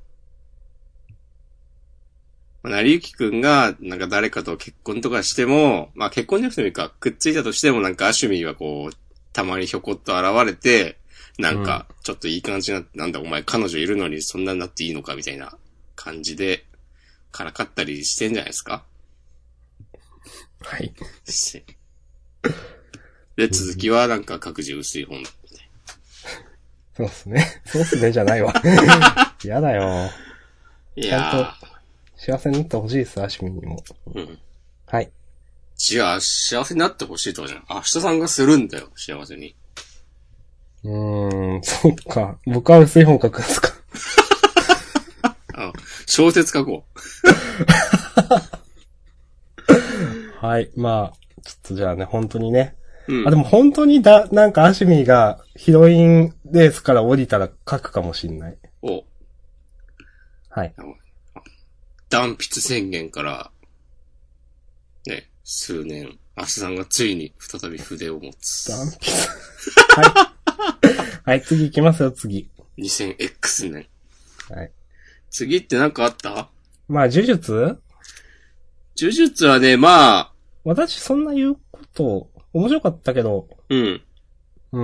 なりゆきくんが、なんか誰かと結婚とかしても、まあ結婚じゃなくてもいいか、くっついたとしてもなんかアシュミはこう、たまにひょこっと現れて、なんか、ちょっといい感じになって、うん、なんだお前彼女いるのにそんなになっていいのかみたいな感じで、からかったりしてんじゃないですか？ はい。 で、続きはなんか各自薄い本だって。 そうっすね。そうっすねじゃないわ。やだよ。 いやー。 幸せになってほしいです、アシュミにも。 うん。 はい。 違う、幸せになってほしいとかじゃん。明日さんがするんだよ、幸せに。 うーん、そっか。僕は薄い本書くんですか。 あ、小説書こう。はい。まあ、ちょっとじゃあね、本当にね。 うん、 あ、でも本当にだ、なんかアシュミがヒロインレースから降りたら書くかもしんない。 お。 はい。 断筆宣言から、ね、数年、明日さんがついに再び筆を持つ。 断筆はい。はい、次行きますよ、次。 にせんエックス 年。 はい。 次ってなんかあった？ まあ、呪術呪術はね、まあ。 私そんな言うこと、面白かったけど。 うん。 うん。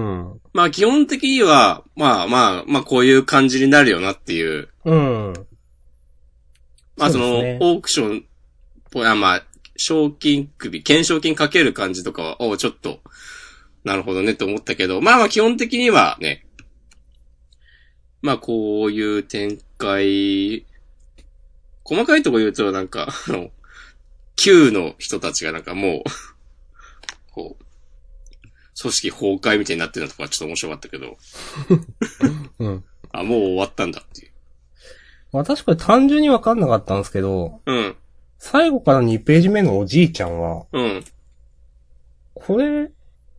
まあ基本的には、まあまあ、まあこういう感じになるよなっていう。 うん。 まあその、ね、オークション、まあ、賞金首、懸賞金かける感じとかは、おちょっと、なるほどねって思ったけど、まあまあ基本的にはね、まあこういう展開、細かいところ言うとなんか、あの、Q の人たちがなんかもう、こう、組織崩壊みたいになってるのとかちょっと面白かったけど、 うん。 あ、もう終わったんだっていう。 私これ単純にわかんなかったんですけど、 うん。 最後からにページ目のおじいちゃんは、 うん。 これ、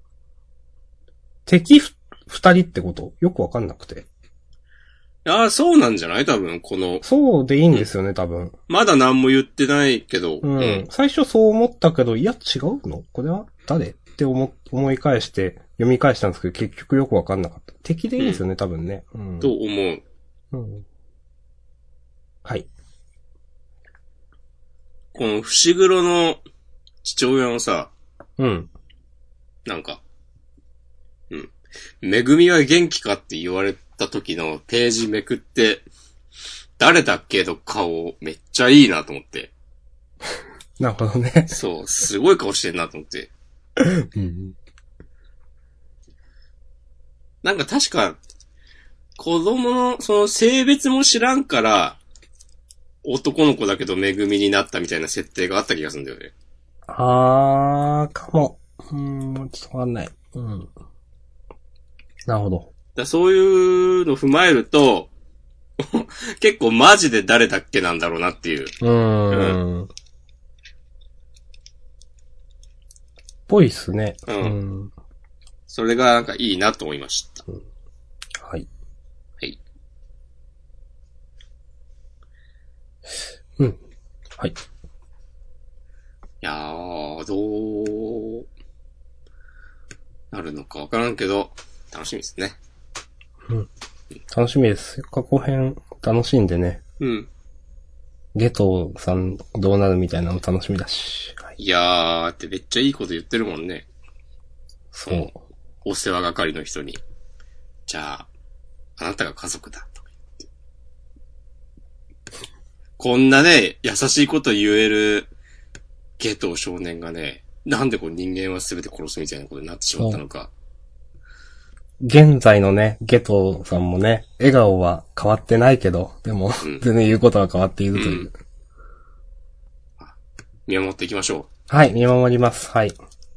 敵ふ、二人ってことよくわかんなくて。 ああ、そうなんじゃない多分、この。 そうでいいんですよね、多分。 まだ何も言ってないけど。 うん。うん、最初そう思ったけど、いや、違うのこれは誰って思、思い返して、読み返したんですけど、結局よくわかんなかった。敵でいいんですよね、うん、多分ね。うん。 と思う。 うん。はい。 この伏黒の父親のさ、 うん。 なんか、うん。めぐみは元気かって言われた時のページめくって、誰だっけの顔めっちゃいいなと思って。 なるほどね。 そう、すごい顔してんなと思って。 うん、 なんか確か、子供のその性別も知らんから、男の子だけどめぐみになったみたいな設定があった気がするんだよね。 あー、かも。うーん、ちょっとわかんない。うん。なるほど。 だそういうの踏まえると、結構マジで誰だっけなんだろうなっていう。 うーん。うん、ぽいっすね。 うん。うん、それがなんかいいなと思いました。うん、 はい。 はい。 うん。はい。いやー、どうなるのかわからんけど、楽しみですね。 うん。楽しみです。過去編楽しんでね。 うん。 ゲトさんどうなるみたいなの楽しみだし。 はい、いやーってめっちゃいいこと言ってるもんね。 そう。 お世話係の人に。 じゃあ、あなたが家族だ。とか言って。こんなね、優しいこと言えるゲト少年がね、なんでこう人間は全て殺すみたいなことになってしまったのか。 現在のね、ゲトさんもね、笑顔は変わってないけど、でも、うん、全然言うことは変わっているという。うん、 見守っていきましょう。 はい、見守ります。はい。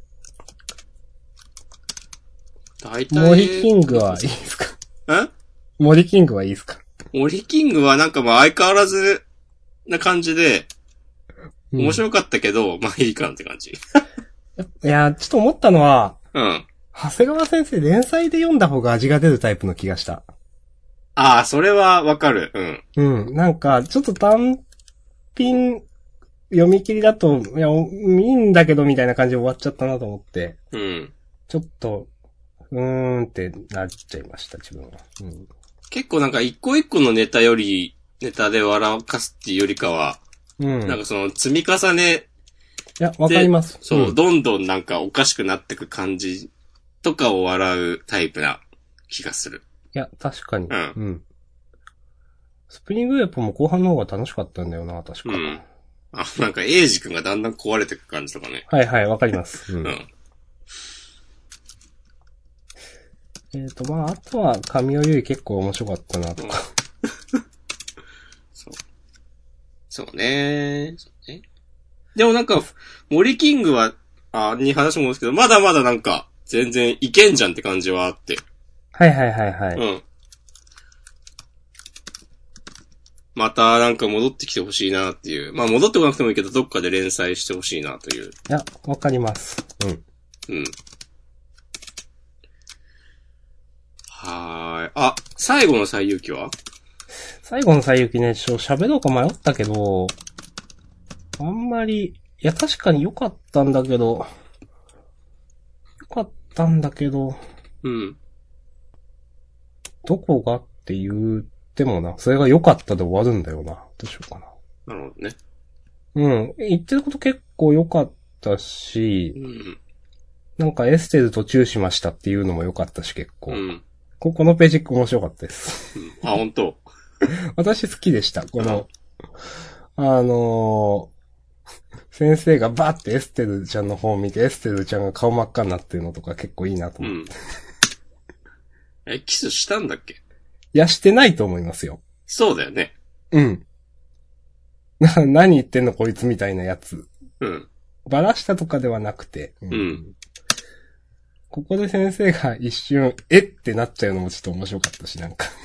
大体。 森キングはいいですか？ え？ 森キングはいいですか？ 森キングはなんかまあ相変わらずな感じで、面白かったけど、うん、まあいいかなって感じ。 いや、ちょっと思ったのは、 うん。 長谷川先生連載で読んだ方が味が出るタイプの気がした。 ああ、それはわかる。 うん。うん。なんか、ちょっと単品読み切りだと、いや、いいんだけどみたいな感じで終わっちゃったなと思って。 うん。 ちょっと、うーんってなっちゃいました、自分は。うん、 結構なんか一個一個のネタより、ネタで笑かすっていうよりかは、うん。なんかその積み重ね、 いや、わかります。 そう、うん、どんどんなんかおかしくなってく感じとかを笑うタイプな気がする。 いや、確かに。 うん。 うん。スプリングウェポンも後半の方が楽しかったんだよな、確か。うん。 あ、なんかエイジ君がだんだん壊れてく感じとかね。 はいはい、わかります。うん。うん、えっ、ー、と、まあ、あとは、神尾優衣結構面白かったな、とか。 うん、そう。そうねー。でもなんか、森キングは、あ、に話もですけど、まだまだなんか、全然いけんじゃんって感じはあって。 はいはいはいはい。 うん。またなんか戻ってきてほしいなっていう。まあ戻ってこなくてもいいけど、どっかで連載してほしいなという。いや、わかります。うん。 うん。はーい。あ、最後の最遊記は？ 最後の最遊記ね、ちょっと喋ろうか迷ったけど、あんまり、いや確かに良かったんだけど、良かったんだけど、 うん。 どこがって言ってもな、それが良かったで終わるんだよな。どうしようかな。なるほどね。 うん。言ってること結構良かったし、 うん。 なんかエステルとチューしましたっていうのも良かったし結構。 うん。 ここのページ面白かったです。 うん、あ、本当。 私好きでした。この、あのー、先生がバーってエステルちゃんの方を見て、エステルちゃんが顔真っ赤になってるのとか結構いいなと思って。 うん、え、キスしたんだっけ？ いや、してないと思いますよ。 そうだよね。 うん。な、何言ってんのこいつみたいなやつ。 うん。 バラしたとかではなくて。 うん。うん、 ここで先生が一瞬、えってなっちゃうのもちょっと面白かったし、なんか。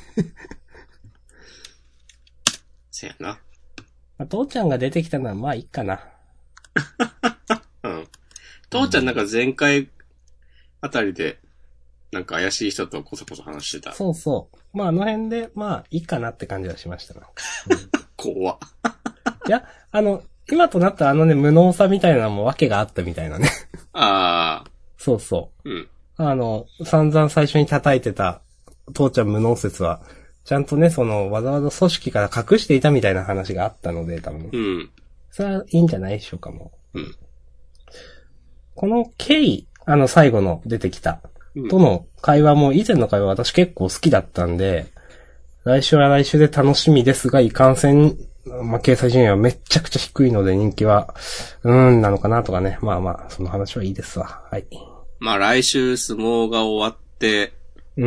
せやな。 まあ、父ちゃんが出てきたのはまあいいかな。 うん。父ちゃんなんか前回あたりで、なんか怪しい人とこそこそ話してた。 そうそう。まああの辺で、まあいいかなって感じはしましたな。 うん、怖っ。 いや、あの、今となったあのね、無能さみたいなのも訳があったみたいなね。 ああ。 そうそう。 うん。 あの、散々最初に叩いてた、父ちゃん無能説は、ちゃんとね、その、わざわざ組織から隠していたみたいな話があったので、多分。 うん。 それはいいんじゃないでしょうか、もう。うん。 このケイ、あの、最後の出てきた、との会話も、以前の会話私結構好きだったんで、来週は来週で楽しみですが、いかんせん、まあ、掲載順位はめっちゃくちゃ低いので人気は、うーん、なのかなとかね。まあまあ、その話はいいですわ。はい。 まあ来週相撲が終わって、 うん、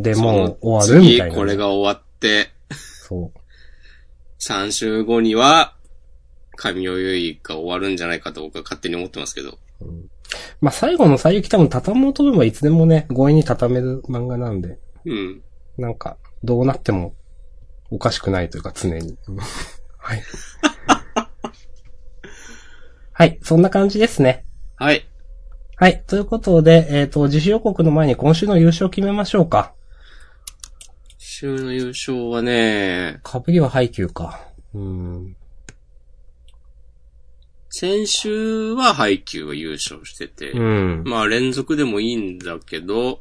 で、もう終わるみたいな、ね。 次、これが終わって、 そう。 さん週後には、神尾結衣が終わるんじゃないかと僕は勝手に思ってますけど。 うん、まあ最後の最後多分畳もうと思えばいつでもね、強引に畳める漫画なんで。 うん。 なんか、どうなってもおかしくないというか常に。はい。はい、そんな感じですね。 はい。 はい。ということで、えっと、自主予告の前に今週の優勝決めましょうか。 週の優勝はね、 被りは配給か。うーん。 先週は配給が優勝してて、 うん、 まあ連続でもいいんだけど、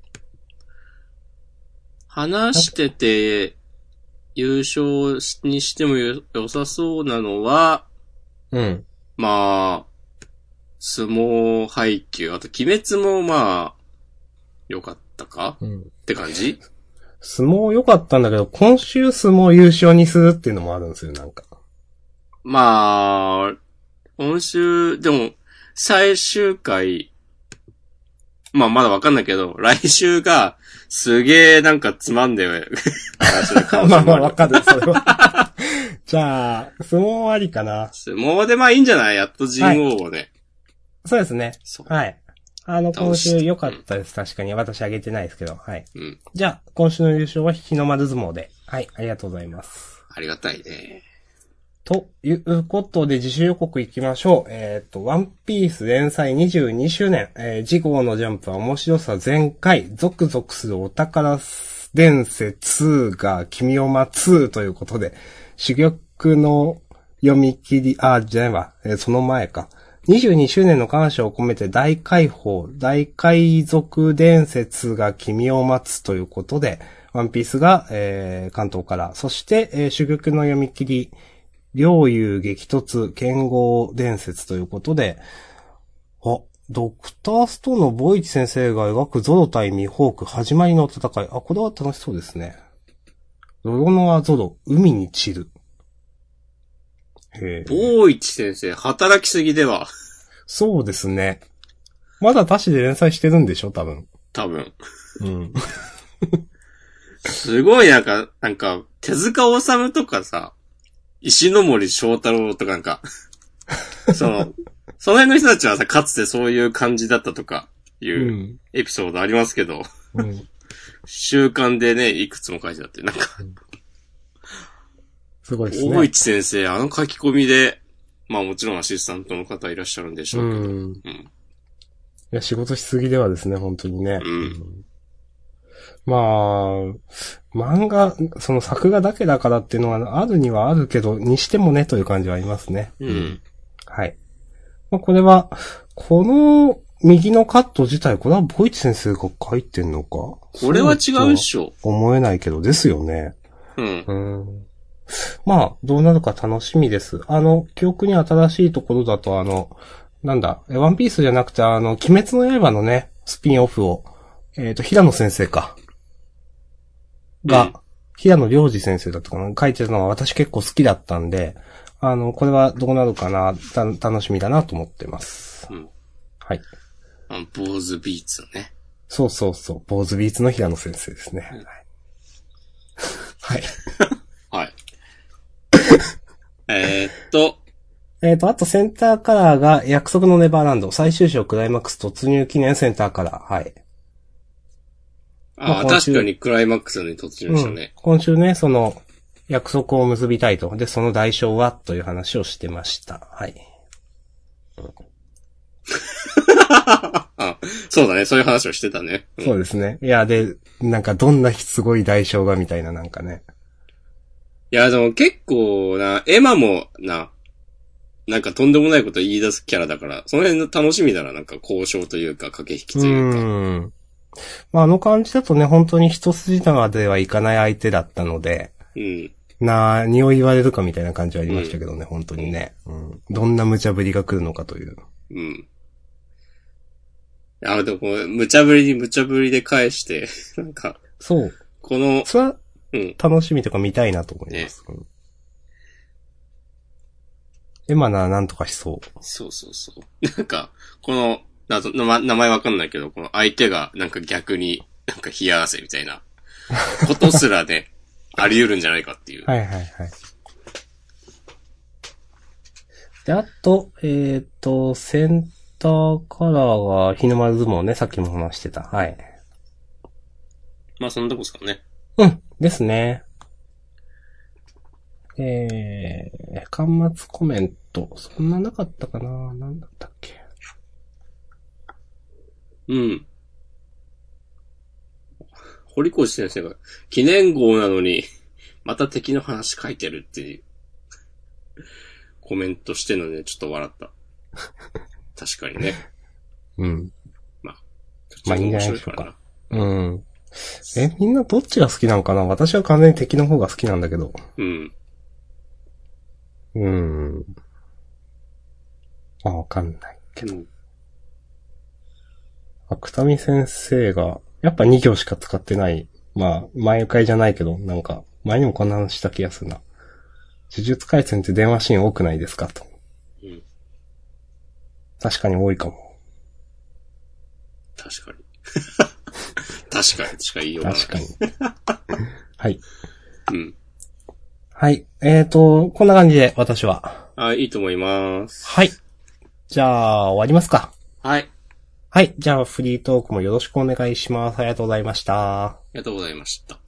話してて優勝にしてもよ良さそうなのは、 うん。 まあ、相撲配給、あと鬼滅もまあ、 良かったか、 うん、 って感じ？ 相撲良かったんだけど、今週相撲優勝にするっていうのもあるんですよ、なんか。 まあ、今週、でも、最終回、まあまだわかんないけど、来週が、すげえなんかつまんでる話の可能性もある。 まあまあわかる、それは。じゃあ、相撲ありかな。 相撲でまあいいんじゃない？やっと神王をね。はい、 そうですね。はい。あの、今週良かったです。確かに。私あげてないですけど。はい。うん。じゃあ、今週の優勝は日の丸相撲で。はい。ありがとうございます。 ありがたいね。 ということで、自主予告いきましょう。えっ、ー、と、ワンピース連載にじゅうにしゅうねん。えー、次号のジャンプは面白さ全開。ゾクゾクするお宝伝説が君を待つということで、珠玉の読み切り、あ、じゃないわ。えー、その前か。にじゅうにしゅうねんの感謝を込めて大解放、大海賊伝説が君を待つということで、ワンピースが、えー、関東から、そして、えー、珠玉の読み切り、両雄激突、剣豪伝説ということで、あ、ドクターストーンのボイチ先生が描くゾロ対ミホーク始まりの戦い。あ、これは楽しそうですね。ゾロノアゾロ、海に散る。 へぇ。ボイチ先生、働きすぎでは。 そうですね。まだ他誌で連載してるんでしょ多分。 多分。 うん。 すごいなんか、なんか、手塚治虫とかさ、石ノ森章太郎とかなんか、その、その辺の人たちはさ、かつてそういう感じだったとかいうエピソードありますけど、うん、週刊でね、いくつも書いてあって、なんか、うん、 すごいですね。 大市先生、あの書き込みで、まあもちろんアシスタントの方いらっしゃるんでしょうけど、うんうん、 いや、仕事しすぎではですね、本当にね。うん、まあ、漫画、その作画だけだからっていうのはあるにはあるけど、にしてもねという感じはありますね。 うん。 はい。まあ、これは、この右のカット自体、これはボイチ先生が書いてんのか？ これは違うっしょ。 思えないけど、ですよね。 うん。 うん。まあ、どうなるか楽しみです。あの、記憶に新しいところだと、あの、なんだ、ワンピースじゃなくて、あの、鬼滅の刃のね、スピンオフを、えっと、平野先生か。が、うん、平野良二先生だったかな書いてたのは私結構好きだったんで、あの、これはどうなるかな、た楽しみだなと思ってます。 うん。 はい。 あの、坊主ビーツのね。 そうそうそう、坊主ビーツの平野先生ですね。うん、はい。 はい。えーっと。 えっと、あとセンターカラーが約束のネバーランド、最終章クライマックス突入記念センターカラー。はい。 ああ、確かにクライマックスに突入したね、 うん。今週ね、その、約束を結びたいと。で、その代償はという話をしてました。はい。 あ、そうだね。そういう話をしてたね、 うん。そうですね。いや、で、なんかどんなすごい代償がみたいななんかね。 いや、でも結構な、エマもな、なんかとんでもないこと言い出すキャラだから、その辺の楽しみだな、なんか交渉というか、駆け引きというか。 うん。まあ、あの感じだとね、本当に一筋縄ではいかない相手だったので、 うん。 何を言われるかみたいな感じはありましたけどね、うん、本当にね、うん。どんな無茶ぶりが来るのかという。 うん。あ、でもこう、無茶ぶりに無茶ぶりで返して、なんか。 そう。 この、 それは、うん。楽しみとか見たいなと思います。ね、うん、エマならなんとかしそう。 そうそうそう。なんか、この、名前わかんないけど、この相手がなんか逆になんか冷や汗みたいなことすらね、あり得るんじゃないかっていう。 はいはいはい。で、あと、えっと、センターカラーが日の丸相撲ね、さっきも話してた。はい。 まあそんなとこですかね。 うん、ですね。えー、端末コメント、そんななかったかな？なんだったっけ？ うん。堀越先生が、記念号なのに、また敵の話書いてるっていう、コメントしてるので、ちょっと笑った。確かにね。 うん。 まあ、 まあいいんじゃないでしょうか。うん。え、みんなどっちが好きなんかな？私は完全に敵の方が好きなんだけど。 うん。 うーん。あ、わかんないけど。うん、芥見先生がやっぱに行しか使ってない。まあ、前回じゃないけど、なんか、前にもこんな話した気がするな。呪術回戦って電話シーン多くないですかと。 うん。 確かに多いかも。 確かに。確かにしか言いようがない。 確かに。はい。 うん。 はい。えーと、こんな感じで、私は。 あ、いいと思います。 はい。じゃあ、終わりますか。 はい。 はい。じゃあ、フリートークもよろしくお願いします。ありがとうございました。 ありがとうございました。